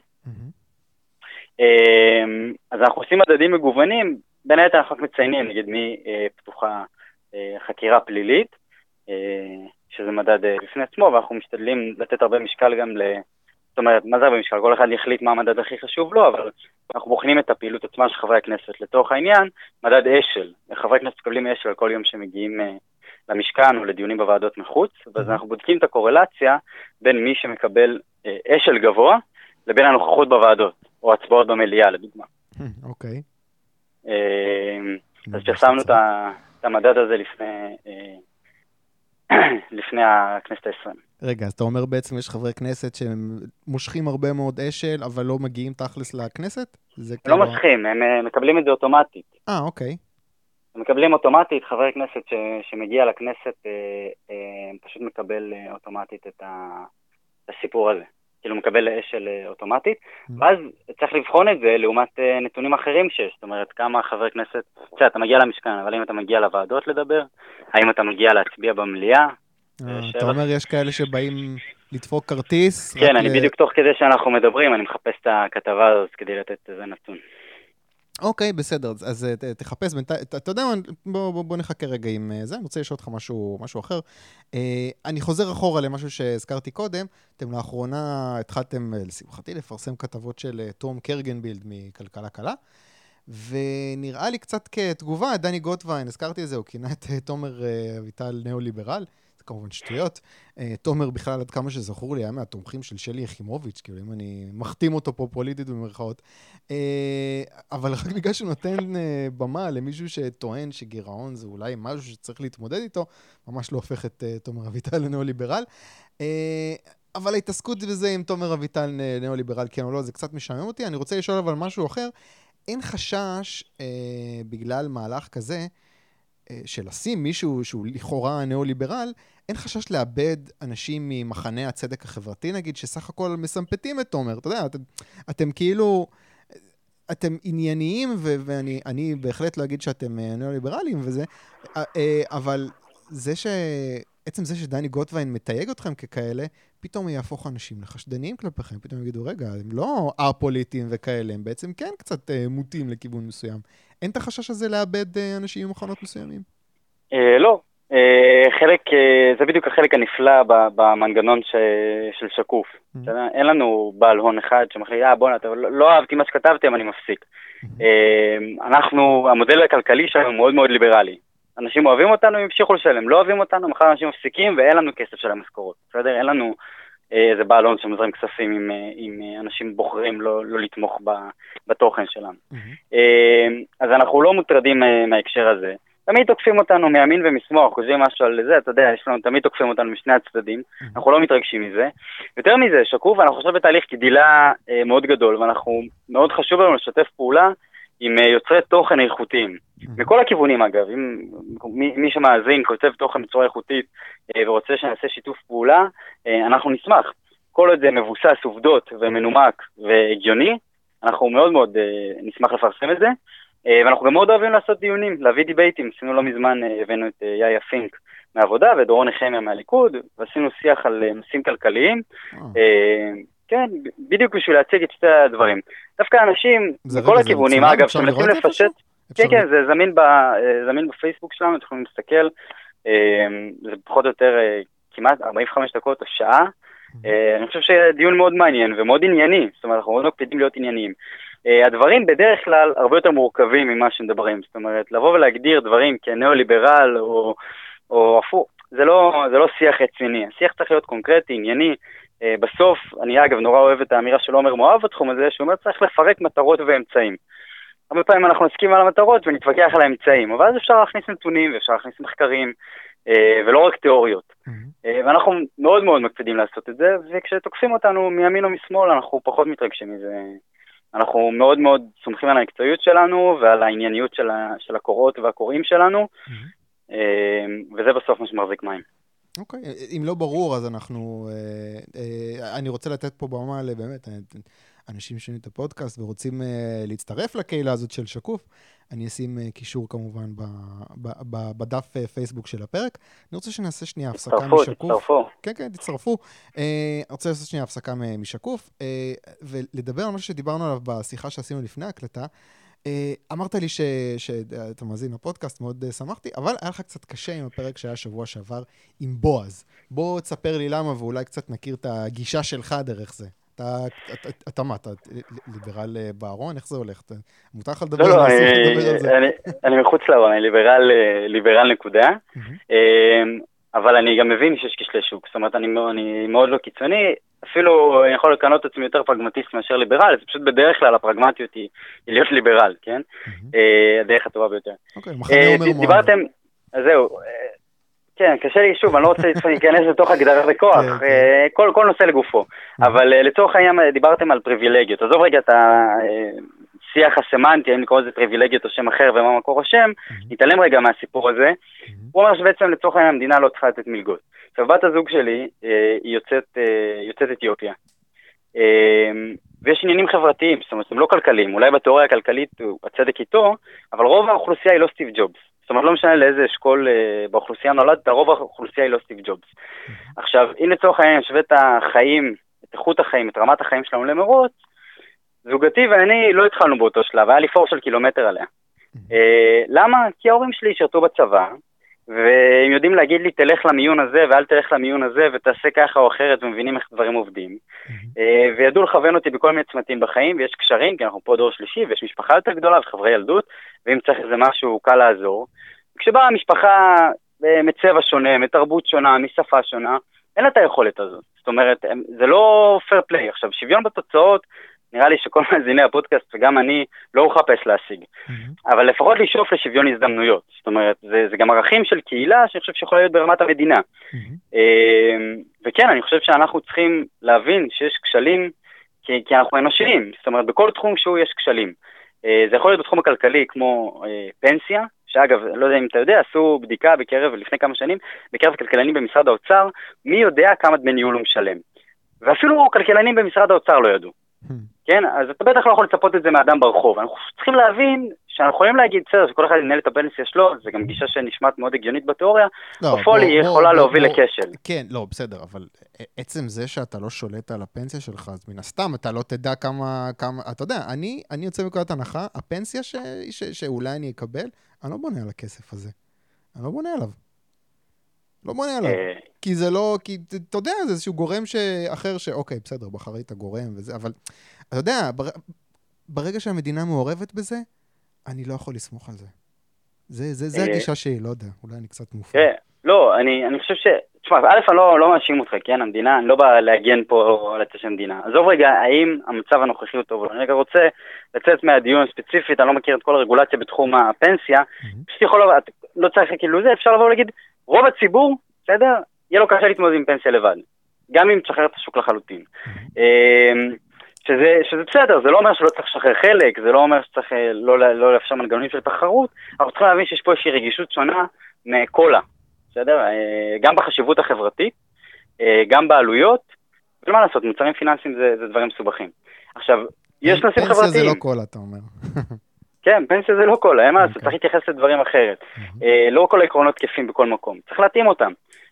אז אנחנו עושים מדדים מגוונים, בין היתר אנחנו מציינים, נגיד מי פתוחה חקירה פלילית, שזה מדד בפני עצמו, ואנחנו משתדלים לתת הרבה משקל גם זאת אומרת, מה זה הרבה משקל? כל אחד יחליט מה המדד הכי חשוב לו, אבל אנחנו בוחנים את הפעילות עצמה של חברי הכנסת לתוך העניין, מדד אשל. חברי הכנסת מקבלים אשל כל יום שמגיעים למשכן או לדיונים בוועדות מחוץ, ואז אנחנו בודקים את הקורלציה בין מי שמקבל אשל גבוה, לבין הנוכחות בוועדות, או הצבעות במליאה, לדוגמה. אוקיי. אז פרסמנו את המדד הזה לפני הכנסת ה-20. רגע, אז אתה אומר בעצם יש חברי כנסת שהם מושכים הרבה מאוד אשל, אבל לא מגיעים תכלס לכנסת? לא מושכים, הם מקבלים את זה אוטומטית. אוקיי. הם מקבלים אוטומטית, חברי כנסת שמגיע לכנסת, פשוט מקבל אוטומטית את הסיפור הזה. כאילו מקבל אשל אוטומטית, ואז צריך לבחון את זה לעומת נתונים אחרים שיש, זאת אומרת, כמה חבר כנסת, אתה מגיע למשכן, אבל אם אתה מגיע לוועדות לדבר, האם אתה מגיע להצביע במליאה? אתה אומר, יש כאלה שבאים לדפוק כרטיס? כן, אני בדיוק תוך כדי שאנחנו מדברים, אני מחפש את הכתבה הזאת כדי לתת איזה נתון. אוקיי, בסדר, אז תחפש, אתה יודע מה, בוא נחכה רגע עם זה, אני רוצה לשאול אותך משהו אחר. אני חוזר אחורה למשהו שהזכרתי קודם, אתם לאחרונה התחלתם, לשמחתי, לפרסם כתבות של תום קרגנבילד מכלכלה קלה, ונראה לי קצת כתגובה, דני גוטווין, הזכרתי את זה, הוא כינה את תומר אביטל נאו-ליברל, זה כמובן שטויות. תומר בכלל, עד כמה שזכור לי, היה מהתומכים של שלי יחימוביץ', כאילו אם אני מחתים אותו פה פוליטית במרכאות. אבל רק בגלל שהוא נותן במה למישהו שטוען שגירעון זה אולי משהו שצריך להתמודד איתו, ממש לא הופך את תומר אביטל לנאו-ליברל. אבל ההתעסקות בזה עם תומר אביטל נאו-ליברל, כן או לא, זה קצת משעמם אותי. אני רוצה לשאול אבל משהו אחר. אין חשש בגלל מהלך כזה, של לשים מישהו שהוא לכאורה נאו-ליברל, אין חשש לאבד אנשים ממחנה הצדק החברתי, נגיד, שסך הכל מסמפטים את תומר. אתה יודע, אתם כאילו, אתם ענייניים, ואני בהחלט לא אגיד שאתם נאו-ליברליים וזה, אבל עצם זה שדני גוטווין מתייג אתכם ככאלה, פתאום יהפוך אנשים לחשדניים כלפיכם, פתאום יגידו, רגע, הם לא א-פוליטיים וכאלה, הם בעצם כן קצת מוטים לכיוון מסוים. אין את החשש הזה לאבד אנשים ממחנות מסוימים? לא. זה בדיוק החלק הנפלא במנגנון של שקוף. אין לנו בעל הון אחד שמחליט, בוא'נה, לא אהבתי מה שכתבתם, אני מפסיק. המודל הכלכלי שלנו מאוד מאוד ליברלי. אנשים אוהבים אותנו, הם המשיכו לשלם. לא אוהבים אותנו, מחר אנשים מפסיקים, ואין לנו כסף של המשכורות. בסדר? אין לנו איזה בעל הון שמזרים כספים אם אנשים בוחרים לא לתמוך בתוכן שלנו. אז אנחנו לא מוטרדים מההקשר הזה. תמיד תוקפים אותנו מימין ומשמאל, חושבים משהו על זה, אתה יודע, תמיד תוקפים אותנו משני הצדדים, אנחנו לא מתרגשים מזה. יותר מזה, שקוף, אנחנו חושב בתהליך גדילה מאוד גדול, ואנחנו מאוד חשוב לנו לשתף פעולה עם יוצרי תוכן איכותיים. מכל הכיוונים אגב, מי שמאזין, כותב תוכן בצורה איכותית ורוצה שנעשה שיתוף פעולה, אנחנו נשמח. כל עוד זה מבוסס עובדות ומנומק והגיוני, אנחנו מאוד מאוד נשמח לפרסם את זה. ואנחנו גם מאוד אוהבים לעשות דיונים, להביא דיבייטים. עשינו לא מזמן, הבאנו את יאיה פינק מהעבודה ודורון נחמיה מהליכוד, ועשינו שיח על נושאים כלכליים. כן, בדיוק בשביל להציג את שתי הדברים. דווקא אנשים, בכל הכיוונים, אגב, שמנסים לפשט, כן, זה זמין בפייסבוק שלנו, אתם יכולים להסתכל, זה פחות או יותר כמעט 45 דקות או שעה. אני חושב שדיון מאוד מעניין ומאוד ענייני, זאת אומרת, אנחנו מאוד מקפידים להיות ענייניים. הדברים בדרך כלל הרבה יותר מורכבים ממה שמדברים, זאת אומרת, לבוא ולהגדיר דברים כנאו-ליברל או הפוך, זה לא שיח רציני, השיח צריך להיות קונקרטי, ענייני. בסוף, אני אגב נורא אוהב את האמירה של עומר מואב בתחום הזה, שאומר צריך לפרק מטרות ואמצעים. הרבה פעמים אנחנו נסכים על המטרות ונתווכח על האמצעים, אבל אז אפשר להכניס נתונים ואפשר להכניס מחקרים, ולא רק תיאוריות. ואנחנו מאוד מאוד מקפידים לעשות את זה, וכשתוקפים אותנו מימין או משמאל, אנחנו פחות מתרגשים מזה. אנחנו מאוד מאוד סומכים על המקצועיות שלנו ועל הענייניות של הקוראות והקוראים שלנו, וזה בסוף מה שמחזיק מים. אוקיי, אם לא ברור, אז אני רוצה לתת פה במה לבאמת, אנשים שונים את הפודקאסט ורוצים להצטרף לקהילה הזאת של שקוף, אני אשים קישור כמובן בדף פייסבוק של הפרק. אני רוצה שנעשה שנייה הפסקה משקוף. תצטרפו. כן, תצטרפפו. אני רוצה לעשות שנייה הפסקה משקוף, ולדבר על משהו שדיברנו עליו בשיחה שעשינו לפני ההקלטה. אמרת לי שאתה מאזין לפודקאסט, מאוד שמחתי, אבל היה לך קצת קשה עם הפרק שהיה שבוע שעבר עם בועז. בוא תספר לי למה, ואולי קצת נכיר את הגישה שלך דרך זה. אתה מה, אתה ליברל בארון? איך זה הולך? מותר לך לדבר על זה? אני מחוץ לארון, אני ליברל נקודה, אבל אני גם מבין שיש כשלי שוק, זאת אומרת, אני מאוד לא קיצוני, אפילו אני יכול לקנות את עצמי יותר פרגמטיסט מאשר ליברל, זה פשוט בדרך כלל הפרגמטיות היא להיות ליברל, כן? הדרך הטובה ביותר. אוקיי, מחנה אומר מואב. דיברתם, אז זהו, כן, קשה לי שוב, אני לא רוצה להיכנס לתוך הגדרת הכוח, כל נושא לגופו, אבל לצורך העניין דיברתם על פריבילגיות, עזוב רגע את השיח הסמנטי, אם לקרוא לזה פריבילגיות או שם אחר ומה מקור השם, נתעלם רגע מהסיפור הזה, הוא אומר שבעצם לצורך העניין המדינה לא צריכה לתת מלגות. עכשיו, בת הזוג שלי היא יוצאת אתיופיה, ויש עניינים חברתיים, זאת אומרת, הם לא כלכליים, אולי בתיאוריה הכלכלית הצדק איתו, אבל רוב האוכלוסייה היא לא סטיב ג'ובס. זאת אומרת, לא משנה לאיזה אשכול באוכלוסייה נולדת, רוב האוכלוסייה היא לא סטיב ג'ובס. עכשיו, אם לצורך העניין שווה את החיים, את איכות החיים, את רמת החיים שלנו למרוץ, זוגתי ואני לא התחלנו באותו שלב, היה לי פור של קילומטר עליה. למה? כי ההורים שלי שרתו בצבא, והם יודעים להגיד לי, תלך למיון הזה, ואל תלך למיון הזה, ותעשה ככה או אחרת, ומבינים איך דברים עובדים. וידעו לכוון אותי בכל מיני צמתים בחיים, ויש קשרים, כי אנחנו פה דור שלישי, ויש משפחה יותר גדולה, וחברי ילדות, ואם צריך איזה משהו קל לעזור. כשבאה המשפחה מצבע שונה, מתרבות שונה, משפה שונה, אין לה את היכולת הזאת. זאת אומרת, זה לא פייר פליי. עכשיו, שוויון בתוצאות, נראה לי שכל מאזיני הפודקאסט וגם אני לא מחפש להשיג. אבל לפחות לשאוף לשוויון הזדמנויות. זאת אומרת, זה גם ערכים של קהילה שאני חושב שיכולה להיות ברמת המדינה. וכן, אני חושב שאנחנו צריכים להבין שיש כשלים, כי אנחנו אנושיים. זאת אומרת, בכל תחום שהוא יש כשלים. זה יכול להיות בתחום הכלכלי כמו פנסיה, שאגב, לא יודע אם אתה יודע, עשו בדיקה בקרב, לפני כמה שנים, בקרב כלכלנים במשרד האוצר, מי יודע כמה דמי ניהול הוא משלם. ואפילו כלכלנים במשרד האוצר לא ידעו. כן, אז אתה בטח לא יכול לצפות את זה מאדם ברחוב. אנחנו צריכים להבין שאנחנו יכולים להגיד, בסדר, שכל אחד ינהל את הפנסיה שלו, זה גם גישה שנשמעת מאוד הגיונית בתיאוריה, בפועל היא יכולה להוביל לכשל. כן, לא, בסדר, אבל עצם זה שאתה לא שולט על הפנסיה שלך, אז מן הסתם אתה לא תדע כמה, אתה יודע, אני יוצא מנקודת הנחה, הפנסיה שאולי אני אקבל, אני לא בונה על הכסף הזה. אני לא בונה עליו. לא בונה עליו. כי זה לא, כי אתה יודע, זה איזשהו גורם אחר שאוקיי, בסדר, בחרי את הגורם וזה, אבל אתה יודע, ברגע שהמדינה מעורבת בזה, אני לא יכול לסמוך על זה. זה הגישה שלי, לא יודע, אולי אני קצת מופע. לא, אני חושב תשמע, א', אני לא מאשים אותך, כן, המדינה, אני לא בא להגן פה על הצד של המדינה. עזוב רגע, האם המצב הנוכחי הוא טוב? אני רגע רוצה לצאת מהדיון ספציפית, אני לא מכיר את כל הרגולציה בתחום הפנסיה, לא צריך כאילו זה, אפשר לבוא ולהגיד, רוב הציבור, בסדר, יהיה לו קשה להתמודד עם פנסיה לבד, גם אם תשחרר את השוק לחלוטין. שזה בסדר, זה לא אומר שלא צריך לשחרר חלק, זה לא אומר שצריך לא לאפשר מנגנונים של תחרות, אנחנו צריכים להבין שיש פה איזושהי רגישות שונה מקולה, בסדר? גם בחשיבות החברתית, גם בעלויות, ומה לעשות, מוצרים פיננסיים זה דברים מסובכים. עכשיו, יש נושאים חברתיים. פנסיה זה לא קולה, אתה אומר. כן, פנסיה זה לא קולה, אין מה לעשות, צריך להתייחס לדברים אחרת. לא כל העקרונות תקפים בכל מקום, צריך להתאים אותם.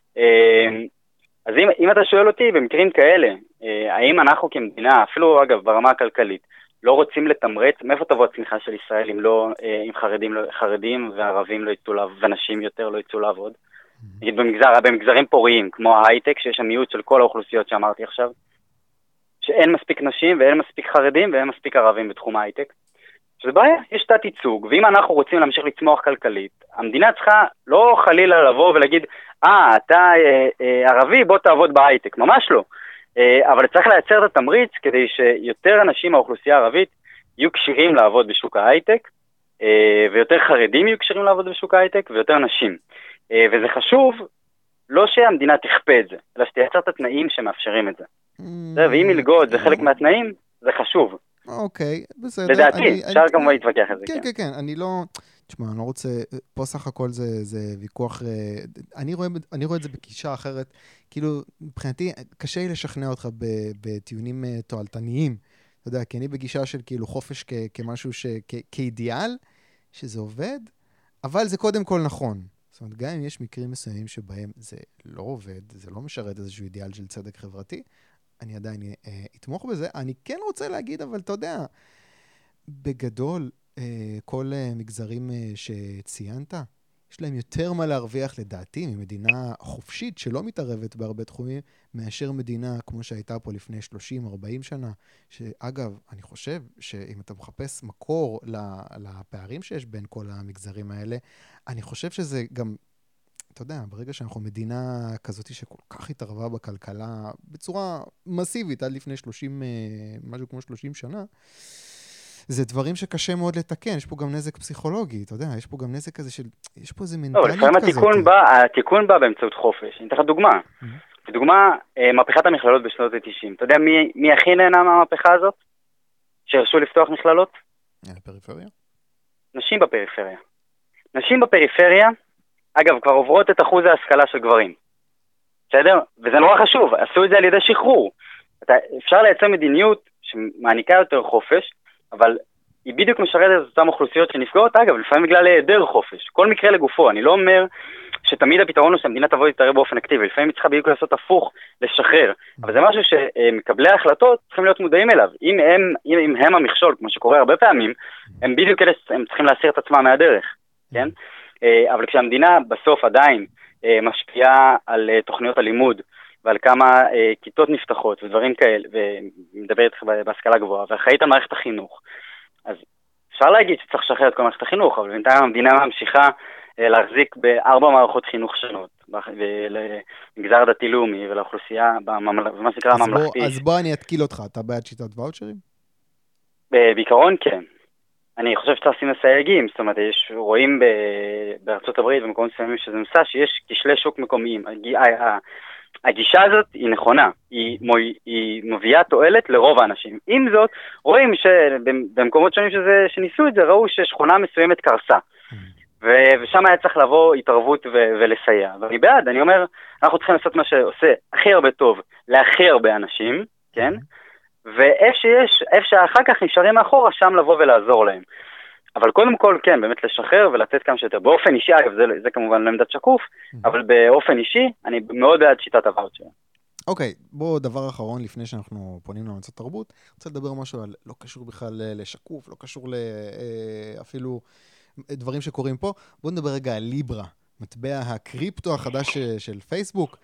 אז אם אתה שואל אותי, במקרים כאלה, האם אנחנו כמדינה, אפילו אגב ברמה הכלכלית, לא רוצים לתמרץ, מאיפה תבוא הצמיחה של ישראל אם חרדים וערבים לא יצאו לעבוד, ונשים יותר לא יצאו לעבוד? נגיד במגזרים פוריים, כמו ההייטק, שיש המיעוט של כל האוכלוסיות שאמרתי עכשיו, שאין מספיק נשים ואין מספיק חרדים ואין מספיק ערבים בתחום ההייטק. שזה בעיה, יש תת ייצוג, ואם אנחנו רוצים להמשיך לצמוח כלכלית, המדינה צריכה לא חלילה לבוא ולהגיד, אתה ערבי, בוא תעבוד בהייטק, ממש לא. אבל צריך לייצר את התמריץ כדי שיותר אנשים מהאוכלוסייה הערבית יהיו קשירים לעבוד בשוק ההייטק, ויותר חרדים יהיו קשירים לעבוד בשוק ההייטק, ויותר נשים. וזה חשוב, לא שהמדינה תכפה את זה, אלא שתייצר את התנאים שמאפשרים את זה. ואם מלגות זה חלק מהתנאים, זה חשוב. אוקיי, בסדר. לדעתי, אפשר כמובן להתווכח על זה. כן, כן, כן, אני לא... תשמע, אני לא רוצה, פה סך הכל זה ויכוח, אני רואה את זה בגישה אחרת, כאילו, מבחינתי, קשה לי לשכנע אותך בטיעונים תועלתניים, אתה יודע, כי אני בגישה של כאילו חופש כמשהו כאידיאל, שזה עובד, אבל זה קודם כל נכון. זאת אומרת, גם אם יש מקרים מסוימים שבהם זה לא עובד, זה לא משרת איזשהו אידיאל של צדק חברתי, אני עדיין אתמוך בזה. אני כן רוצה להגיד, אבל אתה יודע, בגדול, כל מגזרים שציינת, יש להם יותר מה להרוויח לדעתי ממדינה חופשית שלא מתערבת בהרבה תחומים, מאשר מדינה כמו שהייתה פה לפני 30-40 שנה, שאגב, אני חושב שאם אתה מחפש מקור לפערים שיש בין כל המגזרים האלה, אני חושב שזה גם, אתה יודע, ברגע שאנחנו מדינה כזאת שכל כך התערבה בכלכלה בצורה מסיבית עד לפני 30, משהו כמו 30 שנה, זה דברים שקשה מאוד לתקן, יש פה גם נזק פסיכולוגי, אתה יודע, יש פה גם נזק כזה של, יש פה איזה מנטליות כזאת. לפעמים התיקון בא באמצעות חופש. אני אתן לך דוגמה. לדוגמה, מהפכת המכללות בשנות ה-90. אתה יודע מי הכי נהנה מהמהפכה הזאת? שהרשו לפתוח מכללות? הפריפריה? נשים בפריפריה. נשים בפריפריה, אגב, כבר עוברות את אחוז ההשכלה של גברים. בסדר? וזה נורא חשוב, עשו את זה על ידי שחרור. אפשר לייצר מדיניות שמעניקה יותר חופש, אבל היא בדיוק משרתת את אותן אוכלוסיות שנפגעות, אגב, לפעמים בגלל היעדר חופש. כל מקרה לגופו, אני לא אומר שתמיד הפתרון הוא שהמדינה תבוא להתערב באופן אקטיבי, לפעמים היא צריכה בדיוק לעשות הפוך, לשחרר. אבל זה משהו שמקבלי ההחלטות צריכים להיות מודעים אליו. אם הם המכשול, כמו שקורה הרבה פעמים, הם בדיוק הם צריכים להסיר את עצמם מהדרך, כן? אבל כשהמדינה בסוף עדיין משפיעה על תוכניות הלימוד, ועל כמה כיתות נפתחות ודברים כאלה, ומדברת בהשכלה גבוהה, ואחראית על מערכת החינוך. אז אפשר להגיד שצריך לשחרר את כל מערכת החינוך, אבל בינתיים המדינה ממשיכה להחזיק ב4 מערכות חינוך שונות, למגזר דתי-לאומי ולאוכלוסייה, ומה שנקרא הממלכתי. אז בוא אני אתקיל אותך, אתה בעד שיטת ואוצ'רים? בעיקרון כן. אני חושב שצריך לשים לסייגים, זאת אומרת, רואים בארצות הברית במקומות מסוימים שזה נושא, שיש כשלי שוק מקומיים. הגישה הזאת היא נכונה, היא מביאה תועלת לרוב האנשים. עם זאת, רואים שבמקומות שונים שניסו את זה, ראו ששכונה מסוימת קרסה. ושם היה צריך לבוא התערבות ולסייע. ואני בעד, אני אומר, אנחנו צריכים לעשות מה שעושה הכי הרבה טוב להכי הרבה אנשים, כן? ואיפה שאחר כך נשארים מאחורה, שם לבוא ולעזור להם. אבל קודם כל, כן, באמת לשחרר ולתת כמה שיותר. באופן אישי, אגב, זה כמובן לא עמדת שקוף, אבל באופן אישי, אני מאוד בעד שיטת הוואוצ'ר. אוקיי, בואו דבר אחרון, לפני שאנחנו פונים למועצת תרבות, אני רוצה לדבר משהו על, לא קשור בכלל לשקוף, לא קשור אפילו דברים שקורים פה. בואו נדבר רגע על ליברה, מטבע הקריפטו החדש של פייסבוק.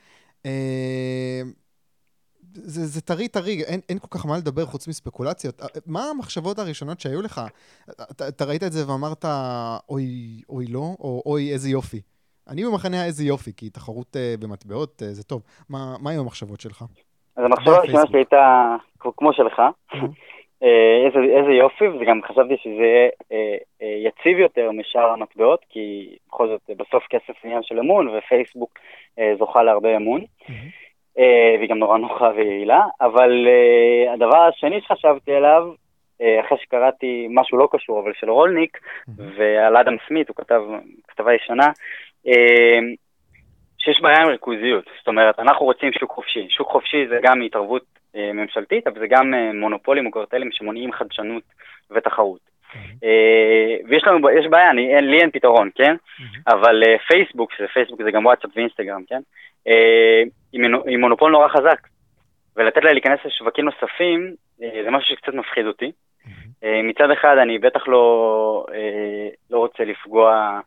זה טרי, אין כל כך מה לדבר חוץ מספקולציות. מה המחשבות הראשונות שהיו לך? אתה ראית את זה ואמרת, אוי לא, או אוי איזה יופי. אני במחנה איזה יופי, כי תחרות במטבעות זה טוב. מה היו המחשבות שלך? אז המחשבה הראשונה שלי הייתה כמו שלך, איזה יופי, וגם חשבתי שזה יציב יותר משאר המטבעות, כי בכל זאת בסוף כסף עניין של אמון, ופייסבוק זוכה להרבה אמון. והיא גם נורא נוחה ויעילה, אבל הדבר השני שחשבתי עליו, אחרי שקראתי משהו לא קשור, אבל של רולניק, ועל אדם סמית, הוא כתב כתבה ישנה, שיש בעיה עם ריכוזיות. זאת אומרת, אנחנו רוצים שוק חופשי. שוק חופשי זה גם התערבות ממשלתית, אבל זה גם מונופולים או קרטלים שמונעים חדשנות ותחרות. ויש בעיה, לי אין פתרון, כן? אבל פייסבוק, פייסבוק זה גם וואטסאפ ואינסטגרם, כן? היא מונופול נורא חזק, ולתת לה להיכנס לשווקים נוספים, זה משהו שקצת מפחיד אותי. מצד אחד, אני בטח לא רוצה לפגוע,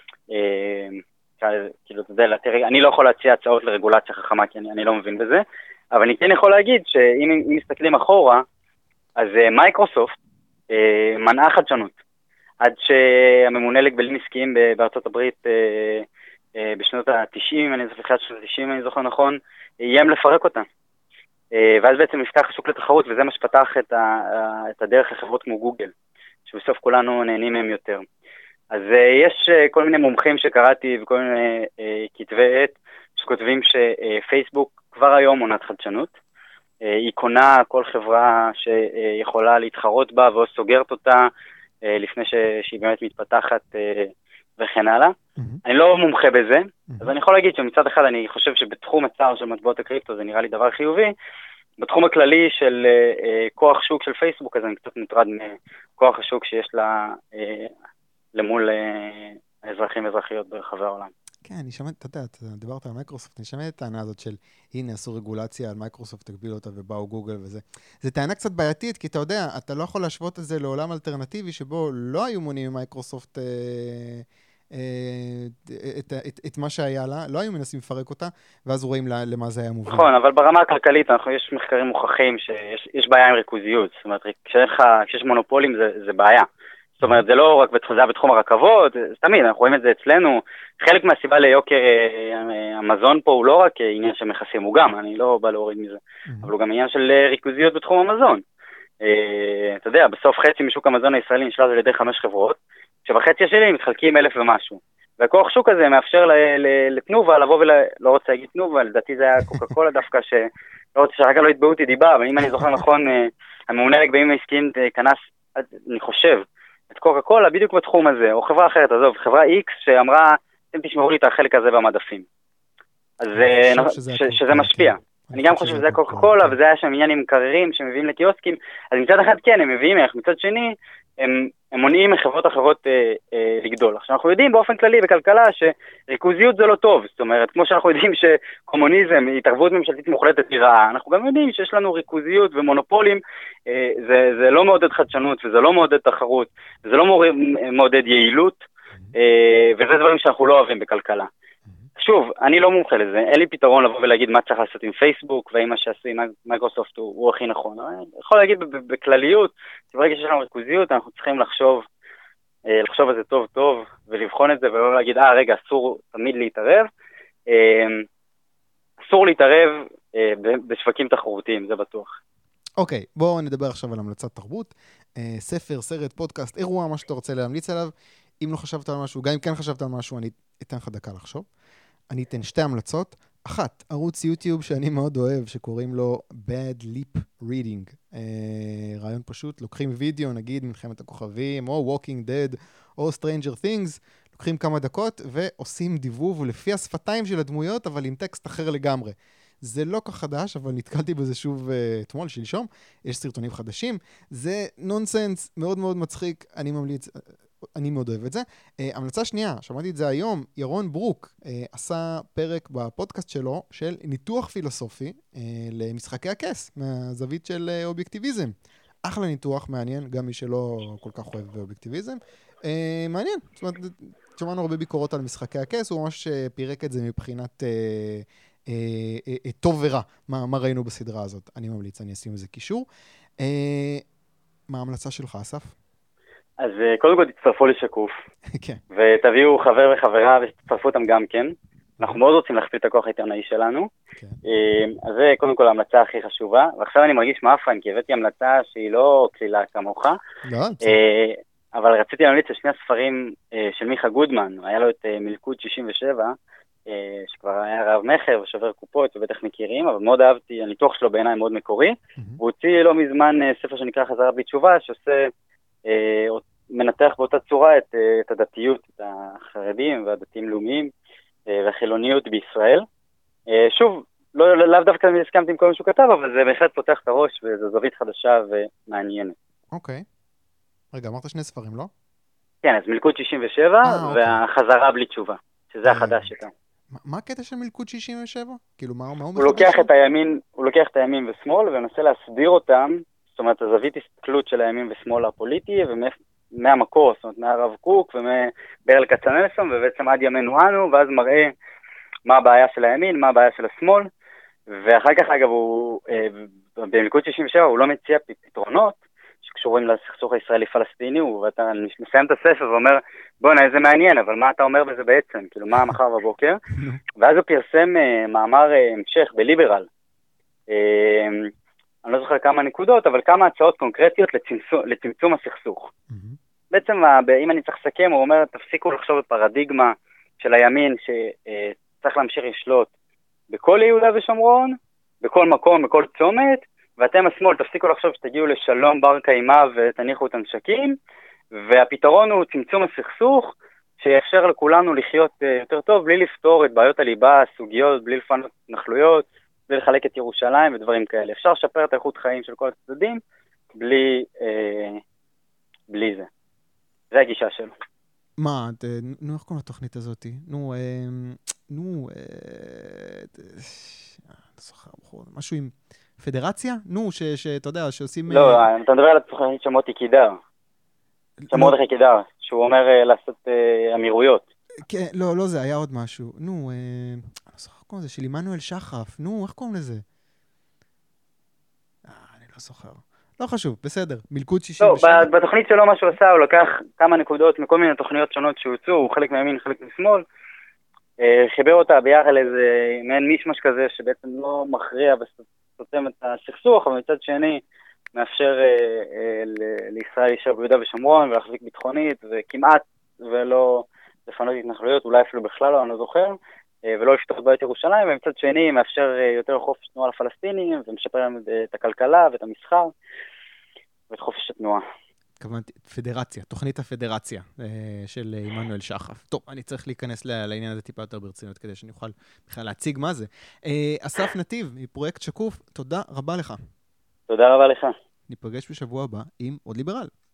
כאילו, אתה יודע, אני לא יכול להציע הצעות לרגולציה חכמה, כי אני לא מבין בזה, אבל אני כן יכול להגיד שאם מסתכלים אחורה, אז מייקרוסופט מנעה חדשנות, עד שהממונה להגבלים עסקיים בארצות הברית בשנות ה-90, אני זוכר, בשנות ה-90, אני זוכר נכון, איים לפרק אותה. ואז בעצם נפתח השוק לתחרות, וזה מה שפתח את הדרך לחברות כמו גוגל, שבסוף כולנו נהנים מהם יותר. אז יש כל מיני מומחים שקראתי, וכל מיני כתבי עת, שכותבים שפייסבוק כבר היום עונת חדשנות. היא קונה כל חברה שיכולה להתחרות בה, או סוגרת אותה, לפני שהיא באמת מתפתחת וכן הלאה. אני לא מומחה בזה, אז אני יכול להגיד שמצד אחד אני חושב שבתחום הצער של מטבעות הקריפטו זה נראה לי דבר חיובי, בתחום הכללי של כוח שוק של פייסבוק, אז אני קצת מוטרד מכוח השוק שיש לה למול האזרחים ואזרחיות ברחבי העולם. כן, אני שמעת, אתה יודע, אתה דיברת על מייקרוסופט, אני שמעת את הטענה הזאת של, הנה, עשו רגולציה על מייקרוסופט, תגביל אותה ובאו גוגל וזה. זו טענה קצת בעייתית, כי אתה יודע, אתה לא יכול להשוות את זה לעולם אלטרנטיבי, שבו לא היו מונים ממייקרוסופט את מה שהיה לה, לא היו מנסים לפרק אותה, ואז רואים למה זה היה מוביל. נכון, אבל ברמה הכלכלית, יש מחקרים מוכחים שיש בעיה עם ריכוזיות, זאת אומרת, כשיש מונופולים זה בעיה. זאת אומרת, זה לא רק בתחום הרכבות, זה תמיד, אנחנו רואים את זה אצלנו. חלק מהסיבה ליוקר המזון פה הוא לא רק עניין של מכסים, הוא גם, אני לא בא להוריד מזה, אבל הוא גם עניין של ריכוזיות בתחום המזון. אתה יודע, בסוף חצי משוק המזון הישראלי נשלט על ידי 5 חברות, שבחצי השני מתחלקים 1,000 ומשהו. והכוח שוק הזה מאפשר לתנובה לבוא לא רוצה להגיד תנובה, לדעתי זה היה קוקה קולה דווקא, לא רוצה שרגע לא יתבעו אותי דיבה, אבל אם אני זוכר נכון, הממונה להגבלים העסקיים כנס, אני חושב, את קוקה קולה בדיוק בתחום הזה, או חברה אחרת, עזוב, חברה X שאמרה, אתם תשמרו לי את החלק הזה במדפים. אז שזה משפיע. אני גם חושב שזה קוקה קולה, וזה היה שם עניין עם קררים שמביאים לקיוסקים, אז מצד אחד כן, הם מביאים איך, מצד שני, הם מונעים מחברות אחרות לגדול. עכשיו אנחנו יודעים באופן כללי בכלכלה שריכוזיות זה לא טוב, זאת אומרת, כמו שאנחנו יודעים שקומוניזם, התערבות ממשלתית מוחלטת היא רעה, אנחנו גם יודעים שיש לנו ריכוזיות ומונופולים, זה לא מעודד חדשנות וזה לא מעודד תחרות, וזה לא מעודד יעילות, וזה דברים שאנחנו לא אוהבים בכלכלה. שוב, אני לא מומחה לזה, אין לי פתרון לבוא ולהגיד מה צריך לעשות עם פייסבוק, והאם מה שעשו עם מייקרוסופט הוא הכי נכון. אני יכול להגיד בכלליות, ברגע שיש לנו ריכוזיות, אנחנו צריכים לחשוב על זה טוב טוב, ולבחון את זה, ולא להגיד, רגע, אסור תמיד להתערב. אסור להתערב בשווקים תחרותיים, זה בטוח. אוקיי, בואו נדבר עכשיו על המלצת תרבות. ספר, סרט, פודקאסט, אירוע, מה שאתה רוצה להמליץ עליו. אם לא חשבת על משהו, גם אם כן חשבת על משהו, אני אתן לך דקה לחשוב. אני אתן 2 המלצות. 1, ערוץ יוטיוב שאני מאוד אוהב, שקוראים לו Bad Leap Reading. רעיון פשוט, לוקחים וידאו, נגיד מלחמת הכוכבים, או Walking Dead, או Stranger Things, לוקחים כמה דקות ועושים דיבוב לפי השפתיים של הדמויות, אבל עם טקסט אחר לגמרי. זה לא כך חדש, אבל נתקלתי בזה שוב אתמול, שלשום. יש סרטונים חדשים. זה נונסנס מאוד מאוד מצחיק, אני ממליץ... אני מאוד אוהב את זה. המלצה שנייה, שמעתי את זה היום, ירון ברוק עשה פרק בפודקאסט שלו של ניתוח פילוסופי למשחקי הכס, מהזווית של אובייקטיביזם. אחלה ניתוח, מעניין, גם מי שלא כל כך אוהב אובייקטיביזם. מעניין, זאת אומרת, שמענו הרבה ביקורות על משחקי הכס, הוא ממש פירק את זה מבחינת טוב ורע, מה ראינו בסדרה הזאת. אני ממליץ, אני אשים איזה קישור. מה ההמלצה שלך, אסף? אז קודם כל תצטרפו לשקוף, ותביאו חבר וחברה ותצטרפו אותם גם כן. אנחנו מאוד רוצים להכפיל את הכוח העיתונאי שלנו. אז זה קודם כל ההמלצה הכי חשובה, ועכשיו אני מרגיש מאפן, כי הבאתי המלצה שהיא לא כלילה כמוך, אבל רציתי להמליץ על 2 הספרים של מיכה גודמן. היה לו את מלכוד 67, שכבר היה רב מחר ושובר קופות ובטח מכירים, אבל מאוד אהבתי, הניתוח שלו בעיניי מאוד מקורי, והוא הוציא לא מזמן ספר שנקרא חזרה בלי תשובה, שעושה מנתח באותה צורה את הדתיות, את החרדים והדתיים לאומיים והחילוניות בישראל. שוב, לאו דווקא הסכמתי עם כל מה שהוא כתב, אבל זה בהחלט פותח את הראש, וזו זווית חדשה ומעניינת. אוקיי. רגע, אמרת 2 ספרים, לא? כן, אז מלכוד 67 והחזרה בלי תשובה, שזה החדש יותר. מה הקטע של מלכוד 67? כאילו, מה הוא מחדש? הוא לוקח את הימין ושמאל, ומנסה להסביר אותם, זאת אומרת, הזווית הסתכלות של הימין ושמאל הפוליטי, ומהמקור, זאת אומרת, מהרב קוק ומברל כצנלסון, ובעצם עד ימינו אנו, ואז מראה מה הבעיה של הימין, מה הבעיה של השמאל, ואחר כך, אגב, במלכוד 67 הוא לא מציע פתרונות שקשורים לסכסוך הישראלי-פלסטיני, ואתה מסיים את הספר ואומר, בוא'נה, איזה מעניין, אבל מה אתה אומר בזה בעצם? כאילו, מה מחר בבוקר? ואז הוא פרסם מאמר המשך בליברל, אני לא זוכר כמה נקודות, אבל כמה הצעות קונקרטיות לצמצום הסכסוך. בעצם, אם אני צריך לסכם, הוא אומר, תפסיקו לחשוב בפרדיגמה של הימין, שצריך להמשיך לשלוט בכל יהודה ושומרון, בכל מקום, בכל צומת, ואתם השמאל, תפסיקו לחשוב שתגיעו לשלום בר קיימא ותניחו את הנשקים, והפתרון הוא צמצום הסכסוך, שיאפשר לכולנו לחיות יותר טוב, בלי לפתור את בעיות הליבה, הסוגיות, בלי לפנות התנחלויות, בלי לחלק את ירושלים ודברים כאלה. אפשר לשפר את איכות חיים של כל הצדדים, בלי זה. זה הגישה שלו. מה, נו, איך קוראים לתוכנית הזאת? משהו עם פדרציה? נו, שאתה יודע, שעושים... לא, אתה מדבר על התוכנית של מוטי קידר. של מרדכי קידר, שהוא אומר לעשות אמירויות. כן, לא זה, היה עוד משהו. נו, לא זוכר איך קוראים לזה, של עמנואל שחף. נו, איך קוראים לזה? אני לא זוכר. לא חשוב, בסדר. מלכוד 67. לא, בתוכנית שלו מה שהוא עשה, הוא לקח כמה נקודות מכל מיני תוכניות שונות שהוצאו, הוא חלק מימין, חלק משמאל, חיבר אותה ביחד לאיזה מעין מישמש כזה, שבעצם לא מכריע וסותם את הסכסוך, אבל מצד שני מאפשר לישראל להישאר ביהודה ושומרון ולהחזיק ביטחונית, וכמעט ולא לפנות התנחלויות, אולי אפילו בכלל לא, אני לא זוכר, ולא לפתור את בעיות ירושלים, ומצד שני מאפשר יותר חופש תנועה לפלסטינים, ומשפר להם את הכלכלה ואת המסחר, ואת חופש התנועה. כמובן, פדרציה, תוכנית הפדרציה של עמנואל שחף. טוב, אני צריך להיכנס לעניין הזה טיפה יותר ברצינות, כדי שאני אוכל בכלל להציג מה זה. אסף נתיב, מפרויקט שקוף, תודה רבה לך. תודה רבה לך. ניפגש בשבוע הבא עם עוד ליברל.